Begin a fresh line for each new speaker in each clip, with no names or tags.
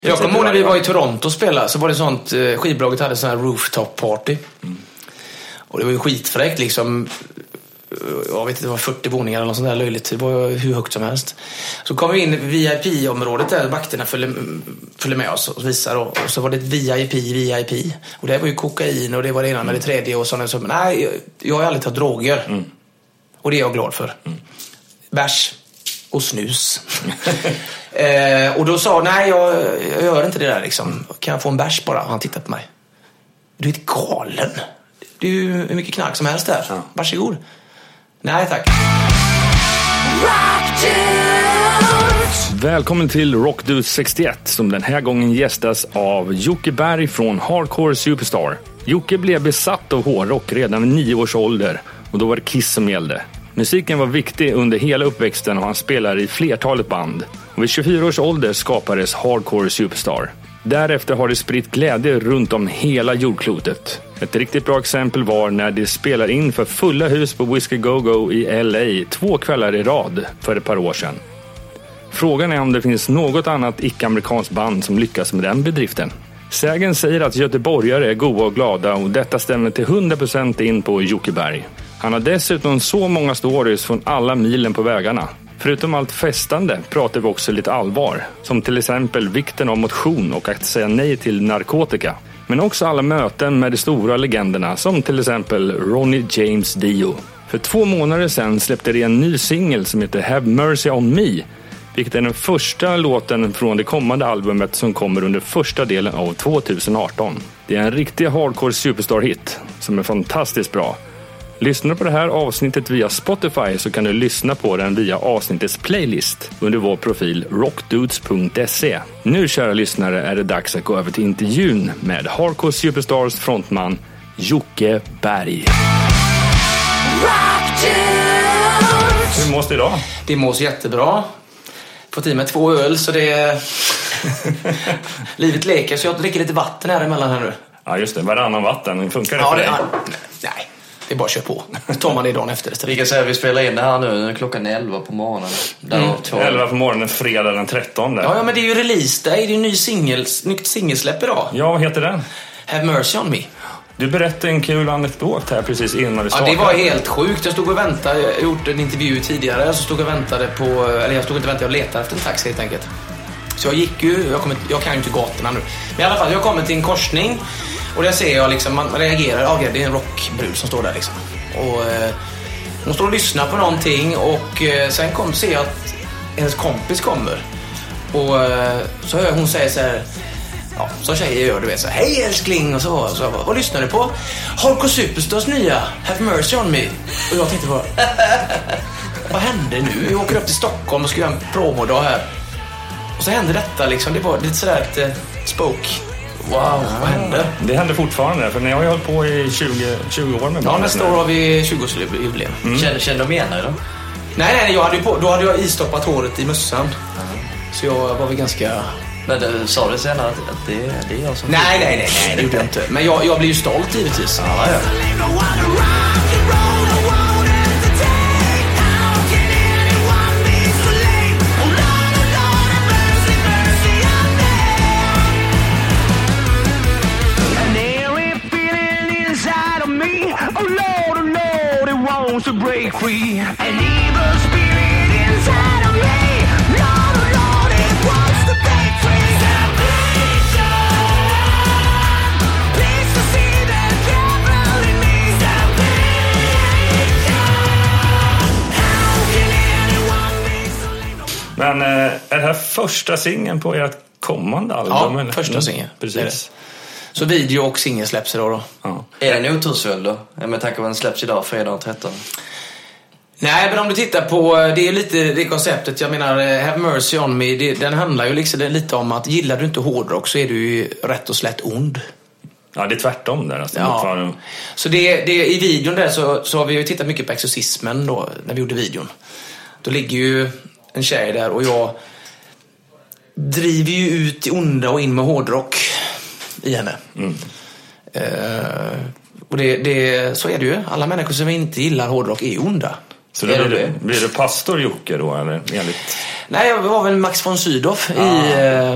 Jag kommer ihåg när vi var i Toronto och spelade, så var det sånt, skivbolaget hade sån här rooftop party. Och det var ju skitfräckt liksom. Jag vet inte, det var 40 våningar eller något sånt där löjligt. Det var hur högt som helst. Så kom vi in i VIP-området där vakterna följde med oss och visade. Och så var det ett VIP. Och det var ju kokain och det var det ena med det tredje och sådana. Men nej, jag har aldrig tagit droger. Och det är jag glad för. Bärs och snus. Och då sa nej, jag gör inte det där liksom. Kan jag få en bärs bara? Och han tittade på mig. Du är galen. Det är ju hur mycket knark som helst där. Ja. Varsågod. Nej, tack.
Välkommen till Rockdudes 61 som den här gången gästas av Jocke Berg från Hardcore Superstar. Jocke blev besatt av hårdrock redan vid 9 års ålder och då var det Kiss som gällde. Musiken var viktig under hela uppväxten och han spelar i flertalet band. Och vid 24 års ålder skapades Hardcore Superstar. Därefter har det spritt glädje runt om hela jordklotet. Ett riktigt bra exempel var när de spelar in för fulla hus på Whiskey Go Go i LA 2 kvällar i rad för ett par år sedan. Frågan är om det finns något annat icke-amerikanskt band som lyckas med den bedriften. Sägen säger att göteborgare är goda och glada och detta stämmer till 100% in på Jocke Berg. Han har dessutom så många stories från alla milen på vägarna. Förutom allt festande pratar vi också lite allvar, som till exempel vikten av motion och att säga nej till narkotika. Men också alla möten med de stora legenderna som till exempel Ronnie James Dio. För 2 månader sedan släppte de en ny singel som heter Have Mercy on Me, vilket är den första låten från det kommande albumet som kommer under första delen av 2018. Det är en riktig hardcore superstar-hit som är fantastiskt bra. Lyssnar du på det här avsnittet via Spotify så kan du lyssna på den via avsnittets playlist under vår profil rockdudes.se. Nu, kära lyssnare, är det dags att gå över till intervjun med Hardcore Superstars frontman Jocke Berg. Hur mås det idag?
Det mås jättebra. Fått i mig 2 öl så det är... Livet leker, så jag dricker lite vatten här emellan här nu.
Ja just det, varannan vatten. Funkar det för dig?
Nej. Det är bara att köra på. Så tar man det dagen efter.
Vi kan säga att vi spelar in det här nu klockan 11 på morgonen.
11 på morgonen, fredag den 13.
Ja, men det är ju release day. Det är ju nytt singelsläpp idag.
Ja, vad heter den?
Have Mercy on Me.
Du berättade en kul anekdot här precis innan vi startade.
Ja, det var helt sjukt. Jag stod och väntade. Jag har gjort en intervju tidigare. Så stod jag och väntade på... Eller jag stod inte och väntade. Jag letade efter en taxi helt enkelt. Så jag gick ju... Jag kan ju inte gatorna nu. Men i alla fall, jag kommer till en korsning. Och där ser jag liksom, man reagerar, ja det är en rockbrud som står där liksom. Och hon står och lyssnar på någonting och sen ser jag att hennes kompis kommer. Och så hör hon säga så här, ja, så tjejer gör, du vet så här, hej älskling, och så vad lyssnar du på? Hardcore Superstars nya Have Mercy on Me. Och jag tänkte bara, vad hände nu? Jag åker upp till Stockholm och ska göra en promodag här. Och så hände detta liksom, det var lite sådär ett spoke. Wow, vad hände?
Det händer fortfarande, för när jag har hållit på i 20 år med barn.
Ja, nästa år har vi 20-årsjubileum.
Kände de igen dig då?
Nej, då hade jag istoppat håret i mössan. Så jag var väl ganska...
Men du sa det senare att det är jag som...
Nej, det gjorde jag inte. Men jag blir ju stolt givetvis.
Ja.
To break free, an evil spirit inside of me. Lord, it wants to break free. Salvation, please to see the devil in me. Salvation, how can anyone be so late?
Men är det här första singeln på ert kommande album?
Ja, första singeln.
Precis.
Så video och singel släpps idag då.
Ja. Är det en otursföljd då? Med tanke på att den släpps idag, fredag 13.
Nej, men om du tittar på, det är lite det konceptet, jag menar Have Mercy on Me, den handlar ju liksom lite om att gillar du inte hårdrock så är du ju rätt och slätt ond.
Ja, det är tvärtom där. Alltså.
Ja. Så det, i videon där så har vi ju tittat mycket på Exorcismen då, när vi gjorde videon. Då ligger ju en tjej där och jag driver ju ut i onda och in med hårdrock i henne. Och så är det ju. Alla människor som inte gillar hårdrock är onda.
Så då blir det pastor Jocke då, eller enligt...
Nej, jag var väl Max von Sydow i...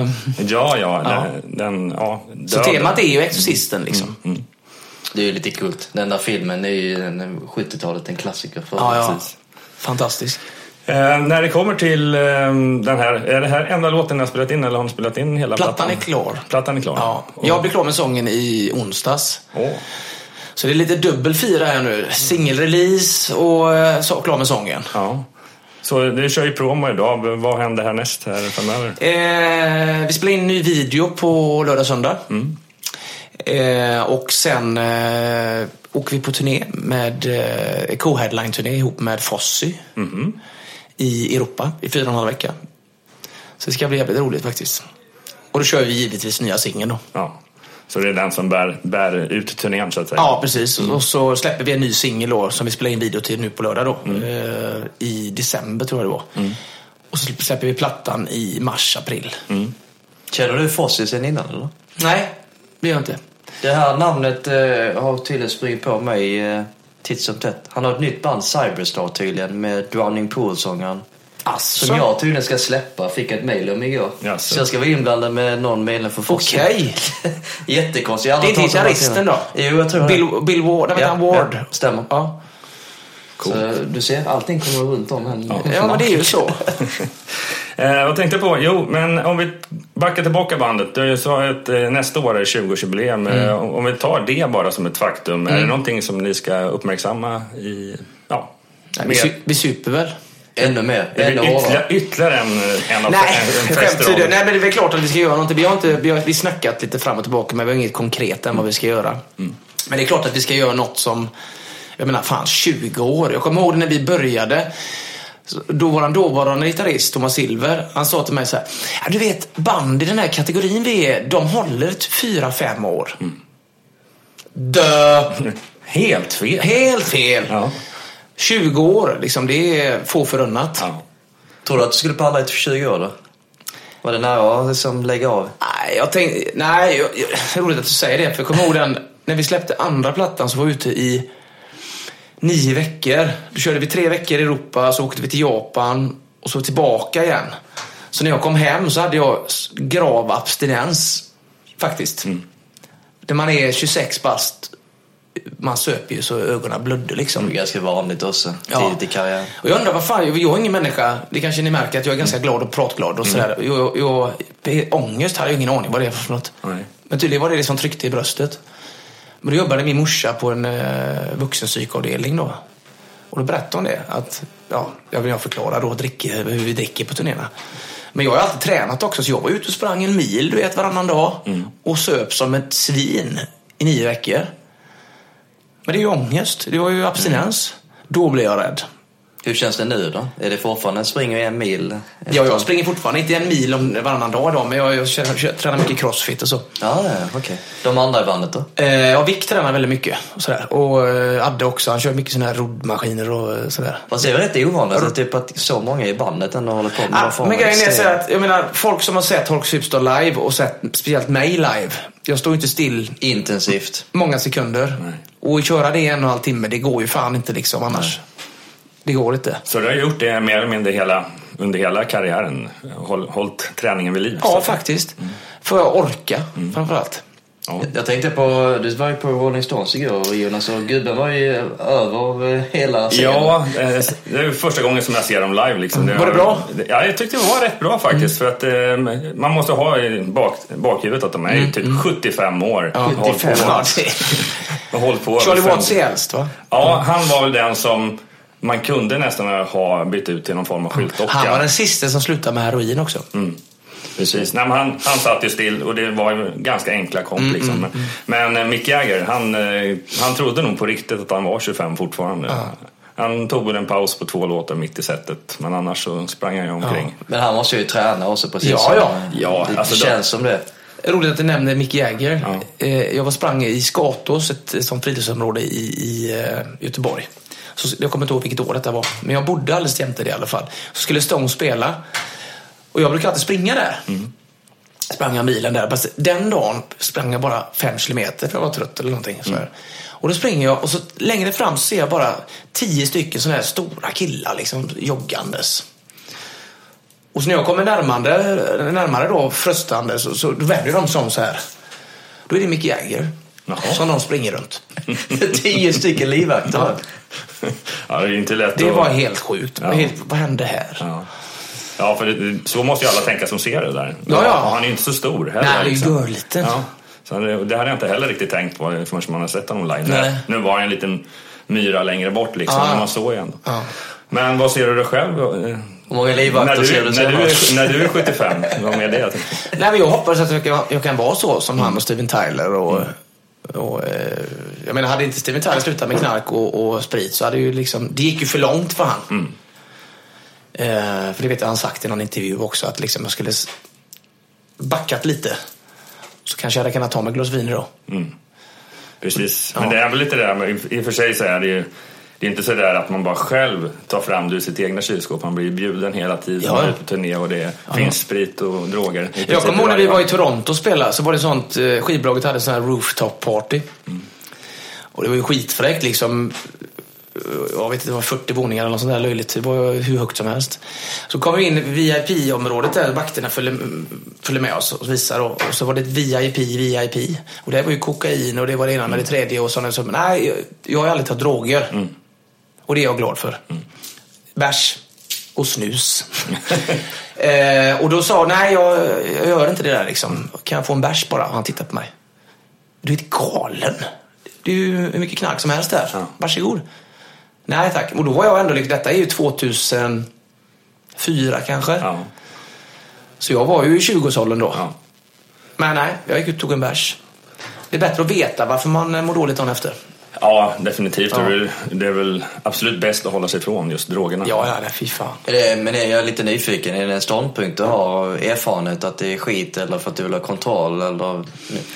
Så
temat är ju Exorcisten liksom.
Det är ju lite kult. Den där filmen är ju 70-talet en klassiker för
precis. Fantastisk.
När det kommer till den här, är det här enda låten ni har spelat in eller har ni spelat in hela plattan? Plattan är klar.
Ja. Jag blev klar med sången i onsdags. Så det är lite dubbelfira här nu. Singelrelease och så klar med sången.
Ja. Så du kör ju promo idag. Vad händer härnäst här framöver?
Vi spelar in en ny video på lördag söndag. Och sen åker vi på turné med co-headline-turné ihop med Fossy i Europa i 4,5 veckor. Så det ska bli jävligt roligt faktiskt. Och då kör vi givetvis nya singeln då.
Ja. Så det är den som bär ut turnén så att säga.
Ja, precis. Och så släpper vi en ny singel då som vi spelar in video till nu på lördag då. I december tror jag det var. Och så släpper vi plattan i mars-april.
Känner du Fossy sen innan eller?
Nej, det gör jag inte.
Det här namnet har tydligen sprungit på mig titt som tätt. Han har ett nytt band, Cyberstar tydligen, med Drowning Pool-sångaren. Som jag tydligen ska släppa. Fick ett mejl om igår. Så jag ska vara inblandad med någon medlem för Fossy.
Okej.
Jättekonstigt.
Det är inte gitarristen då?
Jo, jag tror
Bill Ward. Ward.
Ja, stämmer.
Ja.
Cool. Så du ser, allting kommer runt om här.
Ja, men det är ju så.
Vad tänkte jag på? Jo, men om vi backar tillbaka bandet. Du sa att nästa år är 20-årsjubileum. Om vi tar det bara som ett faktum. Är det någonting som ni ska uppmärksamma i... Ja,
vi super väl.
Ännu mer.
Ytterligare en
fest. Nej, men det är väl klart att vi ska göra något. Vi har snackat lite fram och tillbaka, men vi har inget konkret än vad vi ska göra. Men det är klart att vi ska göra något som... Jag menar, fan, 20 år. Jag kommer ihåg när vi började... Dåvarande gitarrist Thomas Silver, han sa till mig så här: ja, du vet, band i den här kategorin vi är, de håller 4-5 år.
Helt fel.
Ja. 20 år, liksom, det är få förunnat.
Tror du att du skulle palla i 20 år då? Var det nära som lägga av?
Nej, jag tänkte... det är roligt att du säger det. För jag kommer ihåg när vi släppte andra plattan så var vi ute i 9 veckor. Då körde vi 3 veckor i Europa, så åkte vi till Japan och så tillbaka igen. Så när jag kom hem så hade jag grav abstinens faktiskt. När man är 26 bast, man söper ju så ögonen blödde liksom.
Det är ganska vanligt också tidigt i karriären. Och
jag undrar vad fan, jag är ingen människa. Det kanske ni märker att jag är ganska glad och pratglad och sådär. Jag ångest hade jag ingen aning vad det är för något. Men tydligen var det som tryckte i bröstet. Men då jobbade min morsa på en vuxenpsykavdelning då. Och då berättade hon det. Att, jag vill förklara då hur vi dricker på turnéerna. Men jag har alltid tränat också. Så jag var ute och sprang 1 mil, du vet, varannan dag. Och söp som ett svin i 9 veckor. Men det är ju ångest. Det var ju abstinens. Då blev jag rädd.
Hur känns det nu då? Är det fortfarande springer 1 mil?
Ja, jag springer fortfarande inte 1 mil om varannan dag då, men jag tränar mycket crossfit och så.
Ja, okej. De andra i bandet då?
Vick tränar väldigt mycket och sådär. Och Adde också, han kör mycket sådana här roddmaskiner och sådär.
Fast det är väl rätt ovanligt typ att så många i bandet ändå håller på med
men grejen är så att, jag menar, folk som har sett Hulk Superstar live och sett speciellt mig live, jag står inte still
intensivt
många sekunder. Och köra det 1,5 timme, det går ju fan inte liksom annars. Det går inte.
Så du har gjort det mer eller mindre under hela karriären? Hållit träningen vid liv?
Ja, faktiskt. För att orka, framförallt.
Ja. Jag tänkte på, du var ju på Rolling Stones igår, Jonas, och gubben var ju över hela scenen.
Ja, det är första gången som jag ser dem live liksom.
Var det bra?
Ja, jag tyckte det var rätt bra faktiskt. För att man måste ha i bakhuvudet att de är typ 75 år.
Ja, 75
år.
Charlie Watts är äldst, va?
Ja, han var väl den som man kunde nästan ha bytt ut till någon form av skyltdocka.
Han var den sista som slutade med heroin också.
Precis. Nej, men han satt ju still och det var ju ganska enkla komp liksom. Men Mick Jagger, han trodde nog på riktigt att han var 25 fortfarande. Han tog väl en paus på 2 låtar mitt i sättet, men annars så sprang han ju omkring.
Men han måste ju träna också precis.
Ja,
det alltså känns som det.
Roligt att du nämnde Mick Jagger. Jag sprang i Skatås, ett sånt friluftsområde i Göteborg. Så jag kommer inte ihåg vilket år detta var, men jag bodde alldeles jämte det i alla fall. Så skulle Stone spela och jag brukar alltid springa där. sprang jag milen där. Fast den dagen sprang jag bara 5 kilometer för jag var trött eller någonting. Så här. Och då springer jag och så längre fram så ser jag bara 10 stycken sådana här stora killar liksom joggandes. Och så när jag kommer närmare då fröstande så vänder de som så här. Då är det Mick Jagger som de springer runt.
10 stycken livvakter.
Ja, det är inte lätt.
Det var helt sjukt. Vad hände här?
Ja, för så måste ju alla tänka som ser det där.
Ja.
Och han är ju inte så stor heller.
Nej, det är ju
liksom.
görliten.
Ja. Så det hade jag inte heller riktigt tänkt på förrän man har sett honom live.
Nej.
Nu var han en liten myra längre bort liksom, men man såg igen.
Ja.
Men vad ser du dig själv?
Hur många livvakter ser du
när du är 75, vad med det?
Nej, men jag hoppas att jag kan vara så som han och Steven Tyler och jag menar, hade inte Steven Tyler slutat med knark och sprit så hade ju liksom, det gick ju för långt för han. För det vet jag han sagt i någon intervju också, att liksom jag skulle backat lite så kanske jag hade kunnat ta med glas vin idag.
Precis, men det är väl lite där, men i och för sig så är det ju, det är inte så där att man bara själv tar fram ur sitt egna kylskåp. Man blir bjuden hela tiden på turné och det finns sprit och droger.
Jag kommer ihåg när vi var i Toronto och spelade, så var det sånt, skivbolaget hade sån här rooftop party. Och det var ju skitfräckt liksom. Jag vet inte, det var 40 våningar eller något sånt där löjligt. Det var hur högt som helst. Så kom vi in i VIP-området där vakterna följde med oss och visade. Och så var det ett VIP. Och det var ju kokain och det var det ena med det tredje och sådana. Så, nej, jag har aldrig tagit droger. Och det är jag glad för. Bärs och snus. Och då sa nej, jag gör inte det där liksom. Kan jag få en bärs bara? Och han tittade på mig. Du är galen. Det är ju hur mycket knark som helst där. Varsågod. Nej tack. Och då var jag ändå, detta är ju 2004 kanske. Ja. Så jag var ju i 20-årsåldern då. Ja. Men nej, jag gick ut och tog en bärs. Det är bättre att veta varför man mår dåligt dagen efter.
Ja, definitivt. Ja. Det är väl absolut bäst att hålla sig ifrån just drogerna.
Ja, det är fy fan.
Men är jag lite nyfiken, är det en ståndpunkt du har erfarenhet att det är skit eller för att du vill ha kontroll? Eller?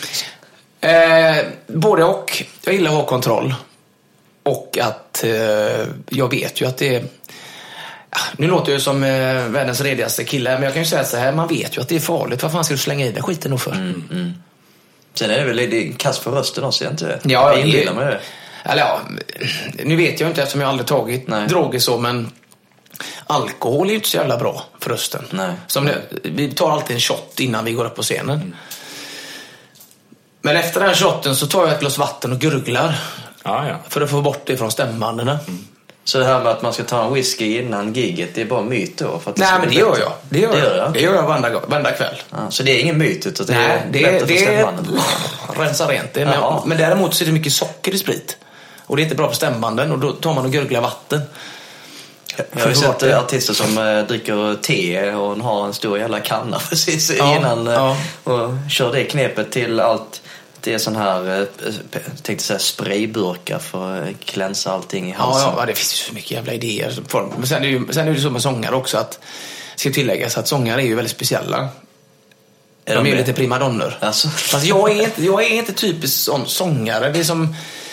Både och. Jag gillar att ha kontroll. Och att jag vet ju att det är... Nu låter jag som världens redigaste kille, men jag kan ju säga så här, man vet ju att det är farligt. Vad fan ska du slänga i den skiten då för?
Sen är det väl det kast för rösten också, jag inte.
Ja,
jag inbillar mig det.
Eller ja, nu vet jag inte eftersom jag aldrig tagit droger så, men alkohol är ju inte så jävla bra för rösten.
Nej.
Vi tar alltid en shot innan vi går upp på scenen. Men efter den shotten så tar jag ett glas vatten och gurglar. För att få bort det från stämbanden.
Så det här med att man ska ta en whisky innan gigget, det är bara myt då? För att
nej, men det gör jag. Det gör jag varenda kväll.
Så det är ingen myt, utan det är
bättre för stämbanden? Rensa rent. Men däremot så är det mycket socker i sprit. Och det är inte bra för stämbanden. Och då tar man och gurglar vatten.
Jag har ju sett artister som dricker te och har en stor jävla kanna precis innan och kör det knepet till allt. Det är sån här, tänkte säga, sprayburkar för att klänsa allting i halsen.
Ja, det finns ju så mycket jävla idéer. Men sen är det så med sångare också att, ska tilläggas att sångare är ju väldigt speciella. De är ju lite primadonnor.
Alltså.
Fast jag är inte typiskt sån sångare. Det är som...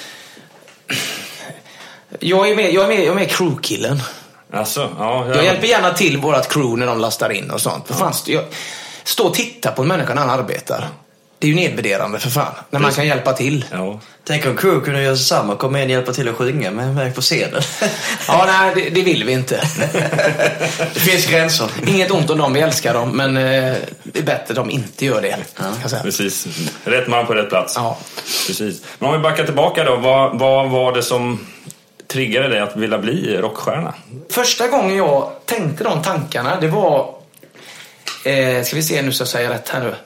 Jag är med crewkillen.
Alltså,
jag hjälper gärna till vårat crew när de lastar in och sånt. För fan, stå och titta på en människa när han arbetar. Det är ju nedvärderande för fan. När man kan hjälpa till.
Ja. Tänk om crew kunde göra samma. Komma in och hjälpa till att sjunga med väg på scenen.
Nej, det vill vi inte. Det finns gränser. Inget ont om dem, vi älskar dem. Men det är bättre att de inte gör det. Ja.
Precis. Rätt man på rätt plats.
Ja.
Precis. Men om vi backar tillbaka då. Vad var det som triggade dig att vilja bli rockstjärna? Första
gången jag tänkte de tankarna, det var... ska vi se nu så jag säger rätt här nu.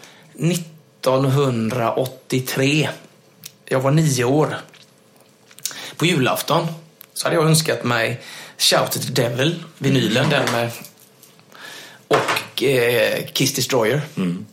1983. Jag var 9 år. På julafton så hade jag önskat mig Shout at the Devil, vinylen, den med, och Kiss Destroyer.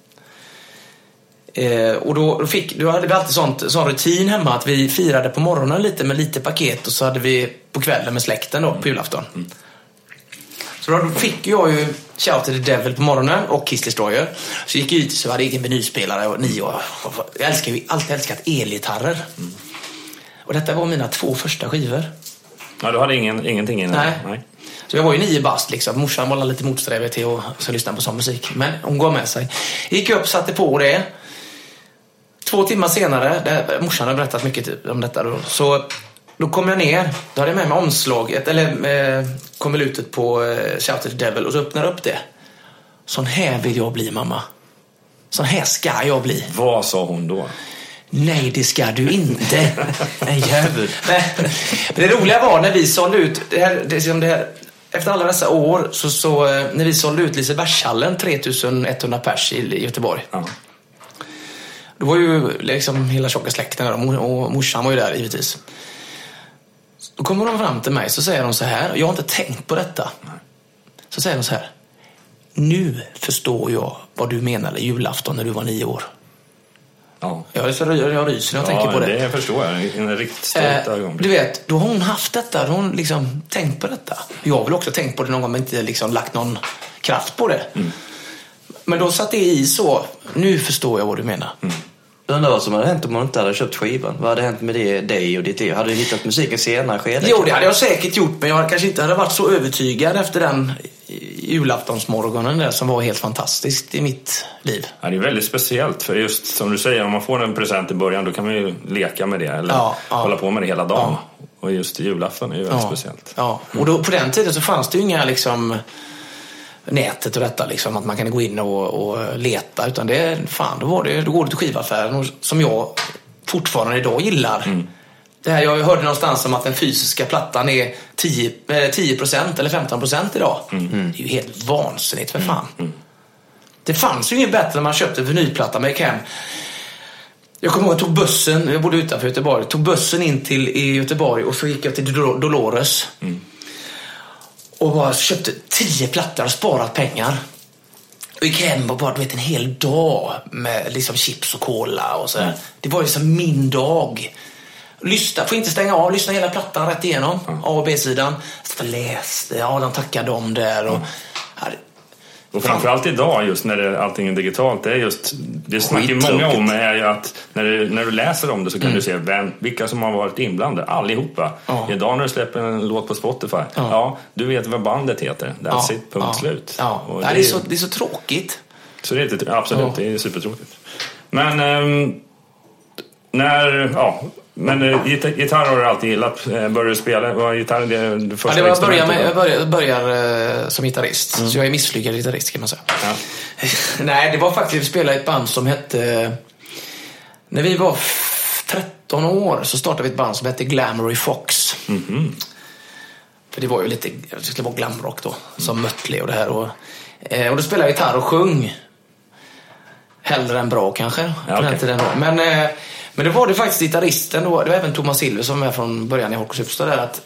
Och då hade vi alltid sån rutin hemma att vi firade på morgonen lite med lite paket och så hade vi på kvällen med släkten då, på julafton. Så då fick jag ju Shout at the Devil på morgonen och Kiss Destroyer. Så gick jag ut så hade jag egen vinylspelare. Jag var 9 år. Jag alltid älskat elgitarrer. Och detta var mina 2 första skivor.
Ja, du hade ingenting innan?
Nej. Så jag var ju 9 bast liksom. Morsan var lite motsträvig till att lyssna på sån musik. Men hon gav med sig. Gick upp, satte på det. 2 timmar senare, morsan har berättat mycket om detta då. Så då kom jag ner. Då hade jag med mig omslaget, eller konvolutet på Shout at the Devil. Och så öppnade upp det. Sån här vill jag bli, mamma. Sån här ska jag bli.
Vad sa hon då?
Nej, det ska du inte. En jävel. Men det roliga var när vi sålde ut det här, efter alla dessa år så när vi sålde ut Lisebergshallen 3100 pers i Göteborg. Ja. Då var ju liksom hela tjocka släkten där och morsan var ju där givetvis. Då kommer de fram till mig så säger de så här, jag har inte tänkt på detta. Så säger de så här: nu förstår jag vad du menade julafton när du var 9 år. Ja. Jag ryser när jag tänker på det.
Det förstår jag. En riktigt stolt ögonblick.
Du vet, då har hon haft detta. Då har hon liksom tänkt på detta. Jag har väl också tänkt på det någon gång, men inte liksom lagt någon kraft på det. Men då satt det i så. Nu förstår jag vad du menar.
Undrar vad som hade hänt om man inte hade köpt skivan. Vad hade hänt med dig och ditt liv? Hade du hittat musiken senare skede?
Jo, det hade jag säkert gjort. Men jag kanske inte hade varit så övertygad efter den julaftonsmorgonen där som var helt fantastiskt i mitt liv.
Ja, det är väldigt speciellt. För just som du säger, om man får en present i början, då kan man ju leka med det. Eller hålla på med det hela dagen. Ja. Och just julafton är ju väldigt speciellt.
Ja, och då, på den tiden så fanns det ju inga liksom nätet och detta liksom, att man kan gå in och leta, utan det då går du till skivaffären, och som jag fortfarande idag gillar. Det här, jag hörde någonstans om att den fysiska plattan är 10% eller 15% idag. Det är ju helt vansinnigt för fan. Det fanns ju inget bättre när man köpte vinylplatta med hem. Jag kommer ihåg att jag tog bussen, jag bodde utanför Göteborg, tog bussen in till Göteborg och så gick jag till Dolores. Och bara köpte 10 plattor och sparat pengar. Och gick hem och bara, du vet, en hel dag med liksom chips och cola och så. Det var ju som min dag. Lyssna, får inte stänga av, lyssna hela plattan rätt igenom. A- och B-sidan. Så läste, de tackar dem där.
Och framförallt idag, just när allting är digitalt, det är just, det snackar många om är ju att när du läser om det så kan du se vilka som har varit inblandade, allihopa. Idag när du släpper en låt på Spotify, du vet vad bandet heter. That's it, punkt slut. Och
det är så tråkigt.
Så det är absolut, det är supertråkigt. Men gitarr har du alltid gillat. Börjar du spela? Var gitarr det första
jag börjar som gitarrist. Så jag är misslyckad gitarrist, kan man säga. Nej, det var faktiskt, vi spelade ett band som hette, när vi var 13 år så startade vi ett band som hette Glamoury Fox. För det var ju lite, det skulle vara glamrock då, som Mötley och det här. Och då spelade jag gitarr och sjung. Hellre än bra kanske. Men det var det faktiskt gitarristen då, det var även Thomas Silver som var med från början i Hardcore Superstar där, att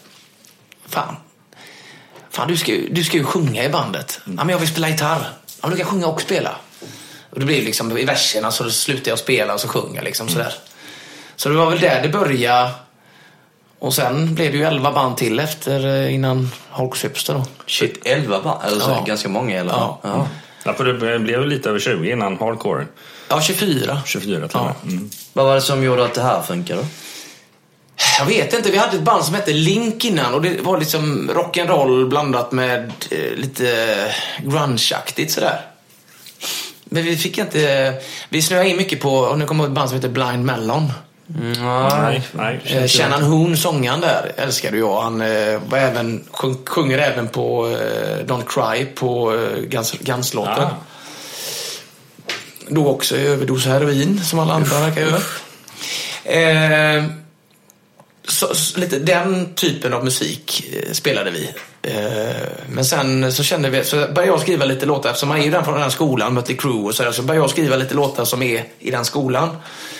fan du ska ju sjunga i bandet. Ja, men jag vill spela gitarr. Ja, du kan sjunga och spela. Och det blir liksom i verserna så slutar jag spela och så sjunga liksom sådär. Så det var väl där det började. Och sen blev det ju 11 band till efter innan Hardcore Superstar då.
Shit, 11 band? Alltså ganska många eller?
Ja, för det blev lite över 20 innan Hardcore.
Ja, 24
till
Vad var det som gjorde att det här funkar då?
Jag vet inte, vi hade ett band som hette Link innan. Och det var liksom rock'n'roll blandat med lite grunge-aktigt sådär. Men vi fick inte, vi snöade in mycket på, och nu kommer ett band som heter Blind Melon.
Nej.
Shannon Hoon, sångaren där, älskade jag. Han var även, sjunger även på Don't Cry på Guns-låten. Då också överdos heroin, som alla andra verkar göra. Så lite den typen av musik spelade vi. Men sen så kände vi, så började jag skriva lite låtar, eftersom man är ju den från den här skolan, Mötley Crüe och så började jag skriva lite låtar som är i den skolan.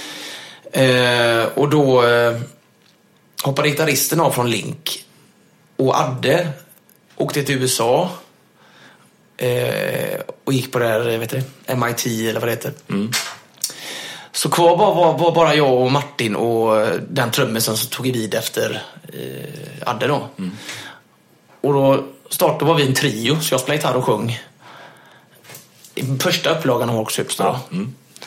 Och då hoppade gitarristen av från Link, och Adde åkte till USA och gick på det här, MIT eller vad det heter. Så kvar var bara jag och Martin och den trummisen som tog vid efter Adde då. Och då var vi en trio, så jag spelade gitarr och sjöng i första upplagan av Hardcore Superstar.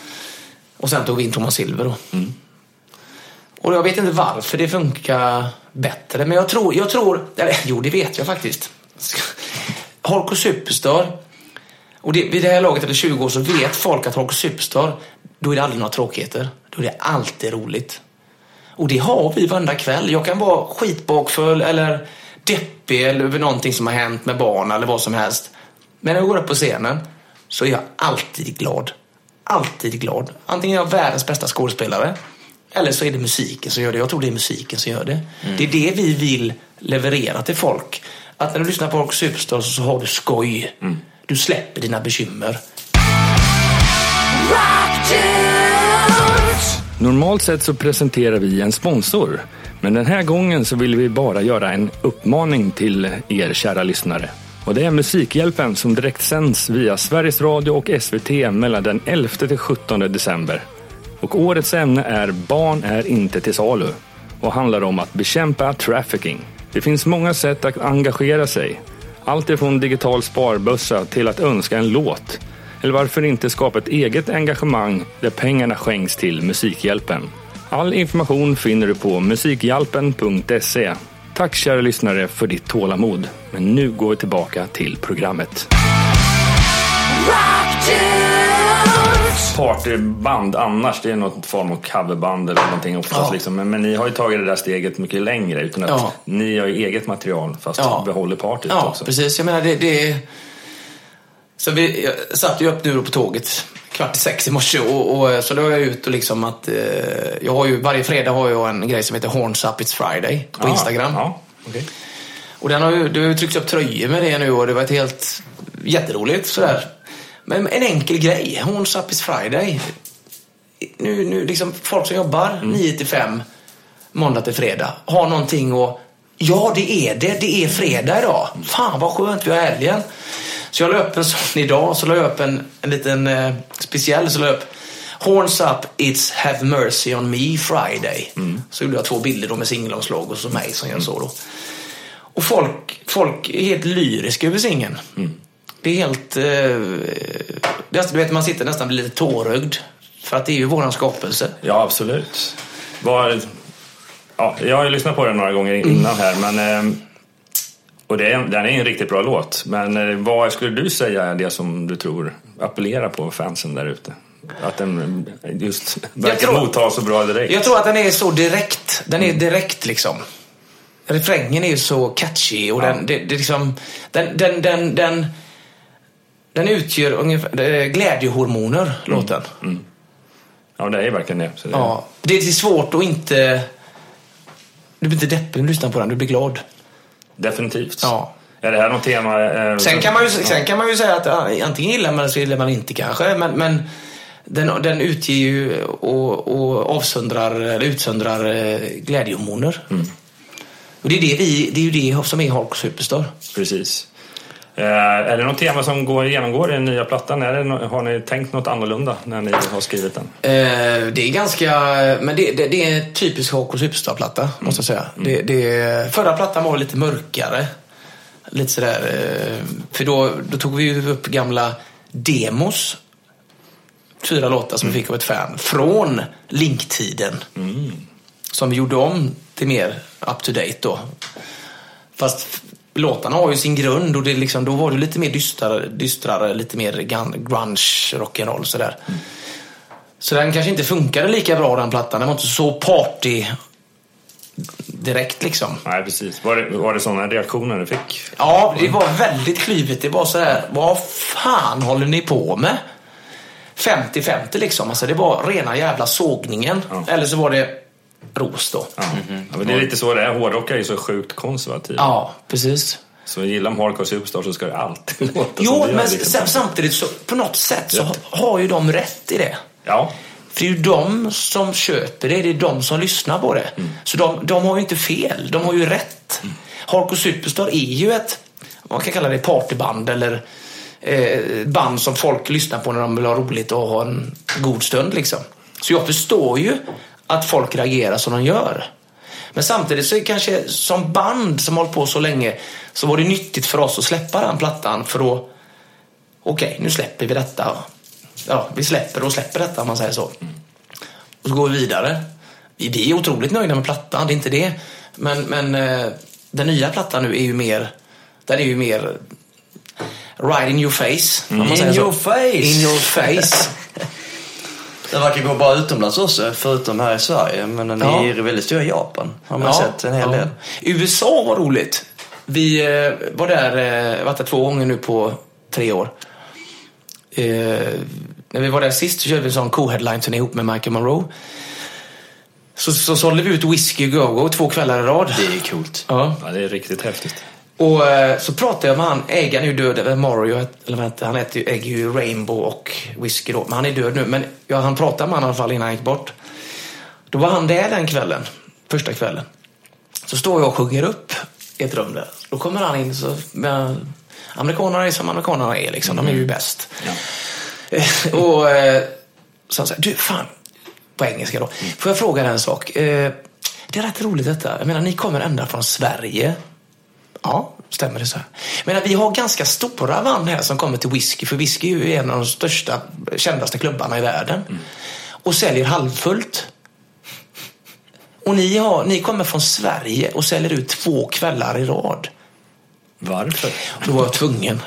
Och sen tog vi in Thomas Silver då. Och jag vet inte varför det funkar bättre. Men jag tror eller, jo, det vet jag faktiskt. Hardcore Superstar, och vid det här laget efter 20 år så vet folk att Hardcore Superstar, då är det aldrig några tråkigheter. Då är det alltid roligt. Och det har vi varenda kväll. Jag kan vara skitbakfull eller deppig eller över någonting som har hänt med barn eller vad som helst. Men när jag går upp på scenen så är jag alltid glad. Alltid glad. Antingen är jag världens bästa skådespelare eller så är det musiken som gör det. Jag tror det är musiken som gör det. Det är det vi vill leverera till folk. Att när du lyssnar på Hardcore Superstar så har du skoj. Du släpper dina bekymmer.
Normalt sett så presenterar vi en sponsor. Men den här gången så vill vi bara göra en uppmaning till er kära lyssnare. Och det är Musikhjälpen som direkt sänds via Sveriges Radio och SVT mellan den 11 till 17 december. Och årets ämne är Barn är inte till salu och handlar om att bekämpa trafficking. Det finns många sätt att engagera sig. Allt ifrån digital sparbössa till att önska en låt. Eller varför inte skapa ett eget engagemang där pengarna skänks till Musikhjälpen. All information finner du på musikhjälpen.se. Tack kära lyssnare för ditt tålamod. Men nu går vi tillbaka till programmet. Partyband annars, det är något form av coverband eller någonting oftast liksom. Men ni har ju tagit det där steget mycket längre utan att ni har ju eget material fast behåller partyt också.
Ja, precis. Jag menar det så jag satt ju upp nu på tåget 5:45 i morse och så då är jag ut och liksom att jag har ju varje fredag har jag en grej som heter Horns Up It's Friday på Instagram. Ja, okay. Och det har ju tryckts upp tröjor med det nu och det var ett helt jätteroligt sådär. Men en enkel grej, Horns Up It's Friday. Nu liksom folk som jobbar 9-5 måndag till fredag har någonting och ja, det är fredag idag. Fan vad skönt, vi har helgen. Så jag la upp en sån idag, så la jag upp en liten speciell, så la jag upp Horns Up It's Have Mercy on Me Friday. Så gjorde jag 2 bilder då med singelomslag och så mig som gör så då. Och folk är helt lyriska över singeln. Det är helt du vet, man sitter nästan lite tårögd för att det är ju våran skapelse. Ja,
absolut. Jag har ju lyssnat på den några gånger innan här, men och den är en riktigt bra låt. Men vad skulle du säga är det som du tror appellerar på fansen där ute? Att den just verkar motta så bra direkt.
Jag tror att den är så direkt. Den är direkt liksom. Refrängen är ju så catchy och den utgör ungefär glädjehormoner, låten.
Ja, det är verkligen det. Så
det är svårt att inte... Du blir inte deppig när du lyssnar på den, du blir glad.
Definitivt. Ja. Är det här något tema?
Sen kan man ju säga att antingen gillar man så gillar man inte kanske. Men den utger ju och utsöndrar glädjehormoner. Och det är ju det som är Hardcore Superstar.
Precis. Är det något tema som genomgår i den nya plattan? Har ni tänkt något annorlunda när ni har skrivit den?
Det är ganska... Men det är en typisk Hardcore Superstar-platta, måste jag säga. Förra plattan var lite mörkare. Lite sådär... För då tog vi ju upp gamla demos. 4 låtar som vi fick av ett fan. Från Link-tiden. Som vi gjorde om till mer up-to-date då. Fast... Låtarna har ju sin grund och det liksom, då var det lite mer dystrare, lite mer grunge, rock'n'roll sådär. Så den kanske inte funkade lika bra, den plattan. Den var inte så party direkt liksom.
Nej, precis. Var det sådana reaktioner du fick?
Ja, det var väldigt klyvigt. Det var sådär, vad fan håller ni på med? 50-50 liksom. Alltså det var rena jävla sågningen. Eller så var det ros då.
Ja, men det är lite så det är. Hårdrockare är så sjukt konservativ.
Ja, precis.
Så gillar man Hardcore Superstar så ska det alltid låta
som det gör. Men samtidigt så på något sätt så har ju de rätt i det.
Ja.
För det är ju de som köper det är de som lyssnar på det. Så de har ju inte fel, de har ju rätt. Hardcore Superstar är ju ett, man kan kalla det partyband eller band som folk lyssnar på när de vill ha roligt och ha en god stund liksom. Så jag förstår ju att folk reagerar som de gör. Men samtidigt så är det kanske som band som hållit på så länge så var det nyttigt för oss att släppa den plattan för att okej, nu släpper vi detta. Ja, vi släpper detta om man säger så. Och så går vi vidare. Vi är otroligt nöjda med plattan, det är inte det. Men den nya plattan nu är ju mer... Den är ju mer... Right in your face.
In your face.
In your face.
Den verkar gå bara utomlands också, förutom här i Sverige. Men den är väldigt stor i Japan. Har man sett en hel del.
USA var roligt. Vi var där, varit där 2 gånger nu på 3 år. När vi var där sist så körde vi en sån co-headline-turné ihop med Michael Monroe. Så sålde vi ut Whiskey Go-Go 2 kvällar i rad.
Det är coolt.
Ja,
det är riktigt häftigt.
Och så pratade jag med han, ägaren är ju död, Mario, eller vänta, han äger ju Rainbow och Whiskey då, men han är död nu. Men han pratade med han i alla fall innan han gick bort. Då var han där den kvällen, första kvällen. Så står jag och sjunger upp i ett rum där. Då kommer han in så amerikanerna är som amerikanerna är liksom, de är ju bäst. Ja. Och så han säger, du fan, på engelska då. Får jag fråga dig en sak? Det är rätt roligt detta. Jag menar, ni kommer ända från Sverige. Ja, stämmer det så här. Men vi har ganska stora band här som kommer till Whiskey. För Whiskey är ju en av de största, kändaste klubbarna i världen. Och säljer halvfullt. Och ni kommer från Sverige och säljer ut 2 kvällar i rad.
Varför?
Då var jag tvungen.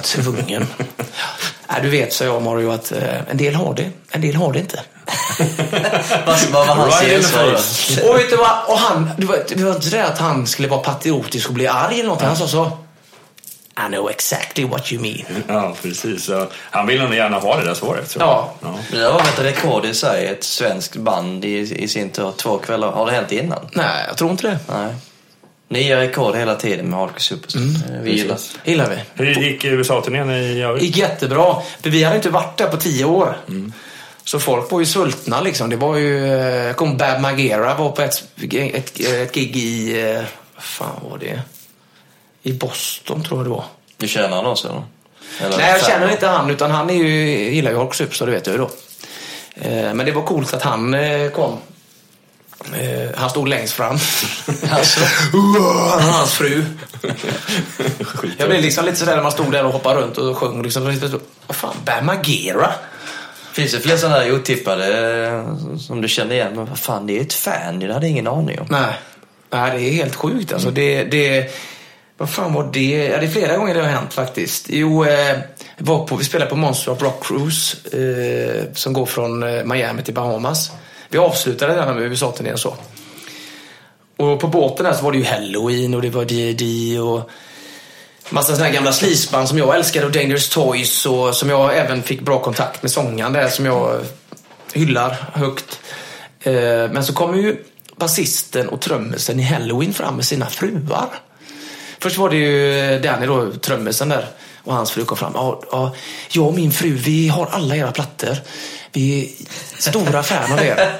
Du vet, sa jag, Mario, att en del har det. En del har det inte.
Vad han säger så.
Och vet du vad? Och han, det var inte det att han skulle vara patriotisk och bli arg eller något. Han sa så: I know exactly what you mean.
Ja, precis. Så han vill nog gärna ha det där svaret, tror jag.
Ja.
Det var ett rekord i sig, ett svenskt band i sin tur 2 kvällar. Har det hänt innan?
Nej, jag tror inte det.
Nej. Nya rekord hela tiden med Hardcore Superstar. Vi
gillar vi.
Hur gick USA-turnén i övrigt?
Gick jättebra. För vi hade inte varit där på 10 år. Så folk var ju sultna liksom. Det var ju... Jag kom Bab Margera var på ett gig i... Vad fan var det? I Boston, tror jag det var.
Du känner han också, eller?
Nej, jag känner inte han. Utan han gillar ju Hardcore Superstar, det vet jag ju då. Men det var coolt att han kom. Han stod längst fram. Alltså, hans fru. Jag blev liksom lite sådär när man stod där och hoppade runt och sjöng liksom, vad fan, Bam Margera.
Finns det fler sådana här otippade som du känner igen? Men vad fan, det är ett fan, det hade ingen aning om.
Nej, det är helt sjukt alltså. Vad fan var det? Ja, det är flera gånger det har hänt faktiskt. Jo, vi spelade på Monster of Rock Cruise som går från Miami till Bahamas. Vi avslutade den med USA-turnén så. Och på båten där så var det ju Halloween och det var D.A.D. och massa sådana här gamla slisband som jag älskade och Dangerous Toys och som jag även fick bra kontakt med sångaren där som jag hyllar högt. Men så kom ju basisten och trummisen i Halloween fram med sina fruar. Först var det ju Danny då, trummisen där, och hans fru kom fram. Ja, jag och min fru, vi har alla era plattor. Vi är stora fan av er.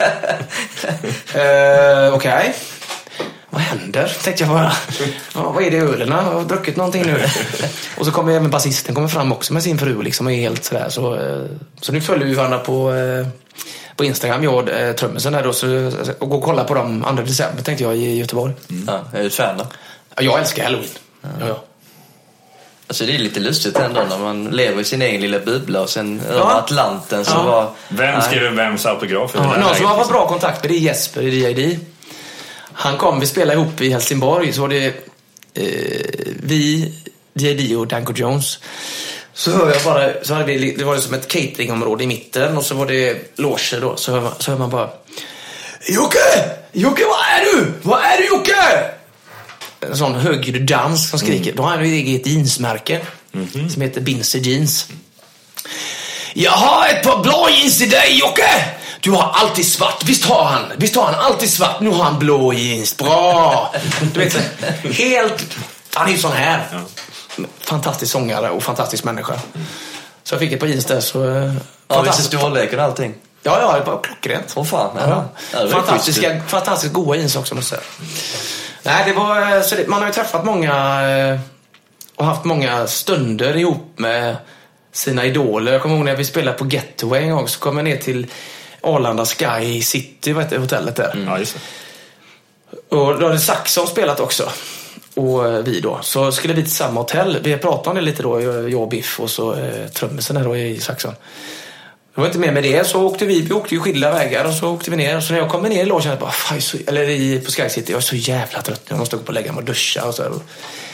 Okej. Vad händer? Tänkte jag bara. Vad är det i ölerna? Jag har druckit någonting nu. Och så kommer även basisten kommer fram också med sin fru liksom och är helt sådär. Så nu följer vi varandra på Instagram, jag och trummisen där då, och gå och kolla på dem 2 december tänkte jag i Göteborg.
Ja, är du ett fan då?
Ja, jag älskar Halloween. Ja.
Alltså det är lite lustigt ändå när man lever i sin egen lilla bubbla och sen över Atlanten så var...
Vem skriver vems autografer?
Någon som har fått bra kontakt med det är Jesper i D.A.D. Han kom, vi spelade ihop i Helsingborg, så var det vi, D.A.D. och Danko Jones. Så hör jag bara, så hade det var som ett cateringområde i mitten och så var det loger då, så hör man bara: Jocke, vad är du Jocke? En sån högljudd dans som skriker. Då har han ju eget jeansmärke som heter Binse Jeans. Jag har ett par blå jeans i dig Jocke. Du har alltid svart. Visst har han alltid svart. Nu har han blå jeans. Bra. Du vet, helt... Han är ju sån här. Fantastisk sångare och fantastisk människa. Så jag fick ett par jeans där. Så,
ja, visst är storleken och allting.
Ja, det var klockrent.
Åh fan.
Ja. Fantastiskt goda jeans också, måste jag säga. Nej, det var... Så man har ju träffat många... Och haft många stunder ihop med sina idoler. Jag kommer ihåg när vi spelade på Getaway en gång, så kom jag ner till Arlanda Sky City, vad heter hotellet där.
Ja, just det.
Och då hade Saxon spelat också. Och vi då. Så skulle vi till samma hotell. Vi pratade om det lite då, jag och Biff och så trummisen här då i Saxon. Det var inte mer med det. Så åkte vi åkte ju skilda vägar och så åkte vi ner. Och så när jag kom ner i logen bara, på Sky City, jag är så jävla trött. Jag måste gå upp och lägga mig och duscha och så här.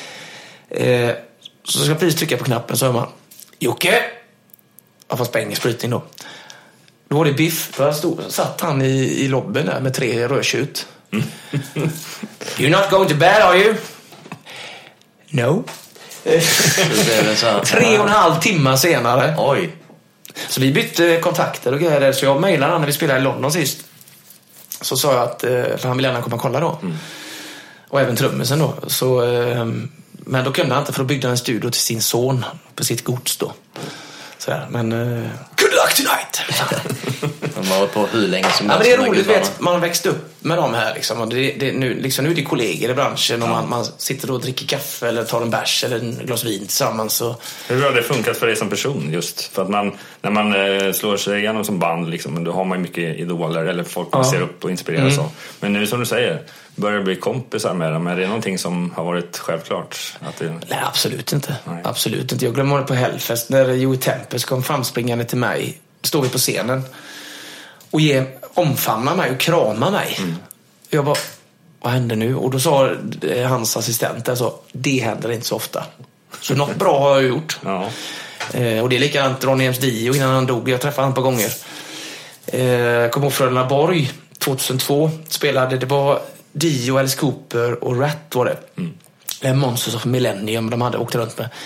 Så ska jag precis trycka på knappen så hör man Jocke! Ja, fast på engelsk brytning då. Då var det Biff. Då satt han i lobbyn där med 3 rödtjut. You're not going to bed, are you? No. 3,5 timmar senare.
Oj.
Så vi bytte kontakter och grejer. Så jag mejlade han när vi spelade i London sist. Så sa jag att för han ville gärna komma och kolla då. Och även trummisen då. Så, men då kunde han inte, för då byggde han en studio till sin son på sitt gods då. Sådär. Men good luck tonight.
De har varit på hur länge som
helst. Ja, men det är roligt, vet, man växte upp med dem här liksom. Och nu är det kollegor i branschen och man sitter och dricker kaffe eller tar en bärs eller en glas vin tillsammans. Så.
Hur har det funkat för dig som person just? För att när man slår sig igenom som band liksom, då har man mycket idoler eller folk man ser upp och inspireras av. Men nu som du säger, börjar bli kompisar med dem. Är det någonting som har varit självklart? Att det...
Nej, absolut inte. Nej. Absolut inte. Jag glömmer det på Hellfest när Joey Tempest kom framspringande till mig. Står vi på scenen och omfamnar mig och kramar mig. Jag bara, vad händer nu? Och då sa hans assistent alltså, det händer inte så ofta. Så något bra har jag gjort. Ja. Och det är likadant Ronny James Dio innan han dog. Jag träffade han på gånger. Kom ihåg Frölunda Borg 2002 spelade. Det var Dio, Alice Cooper och Rat var det. Monsters of Millennium de hade åkt runt med.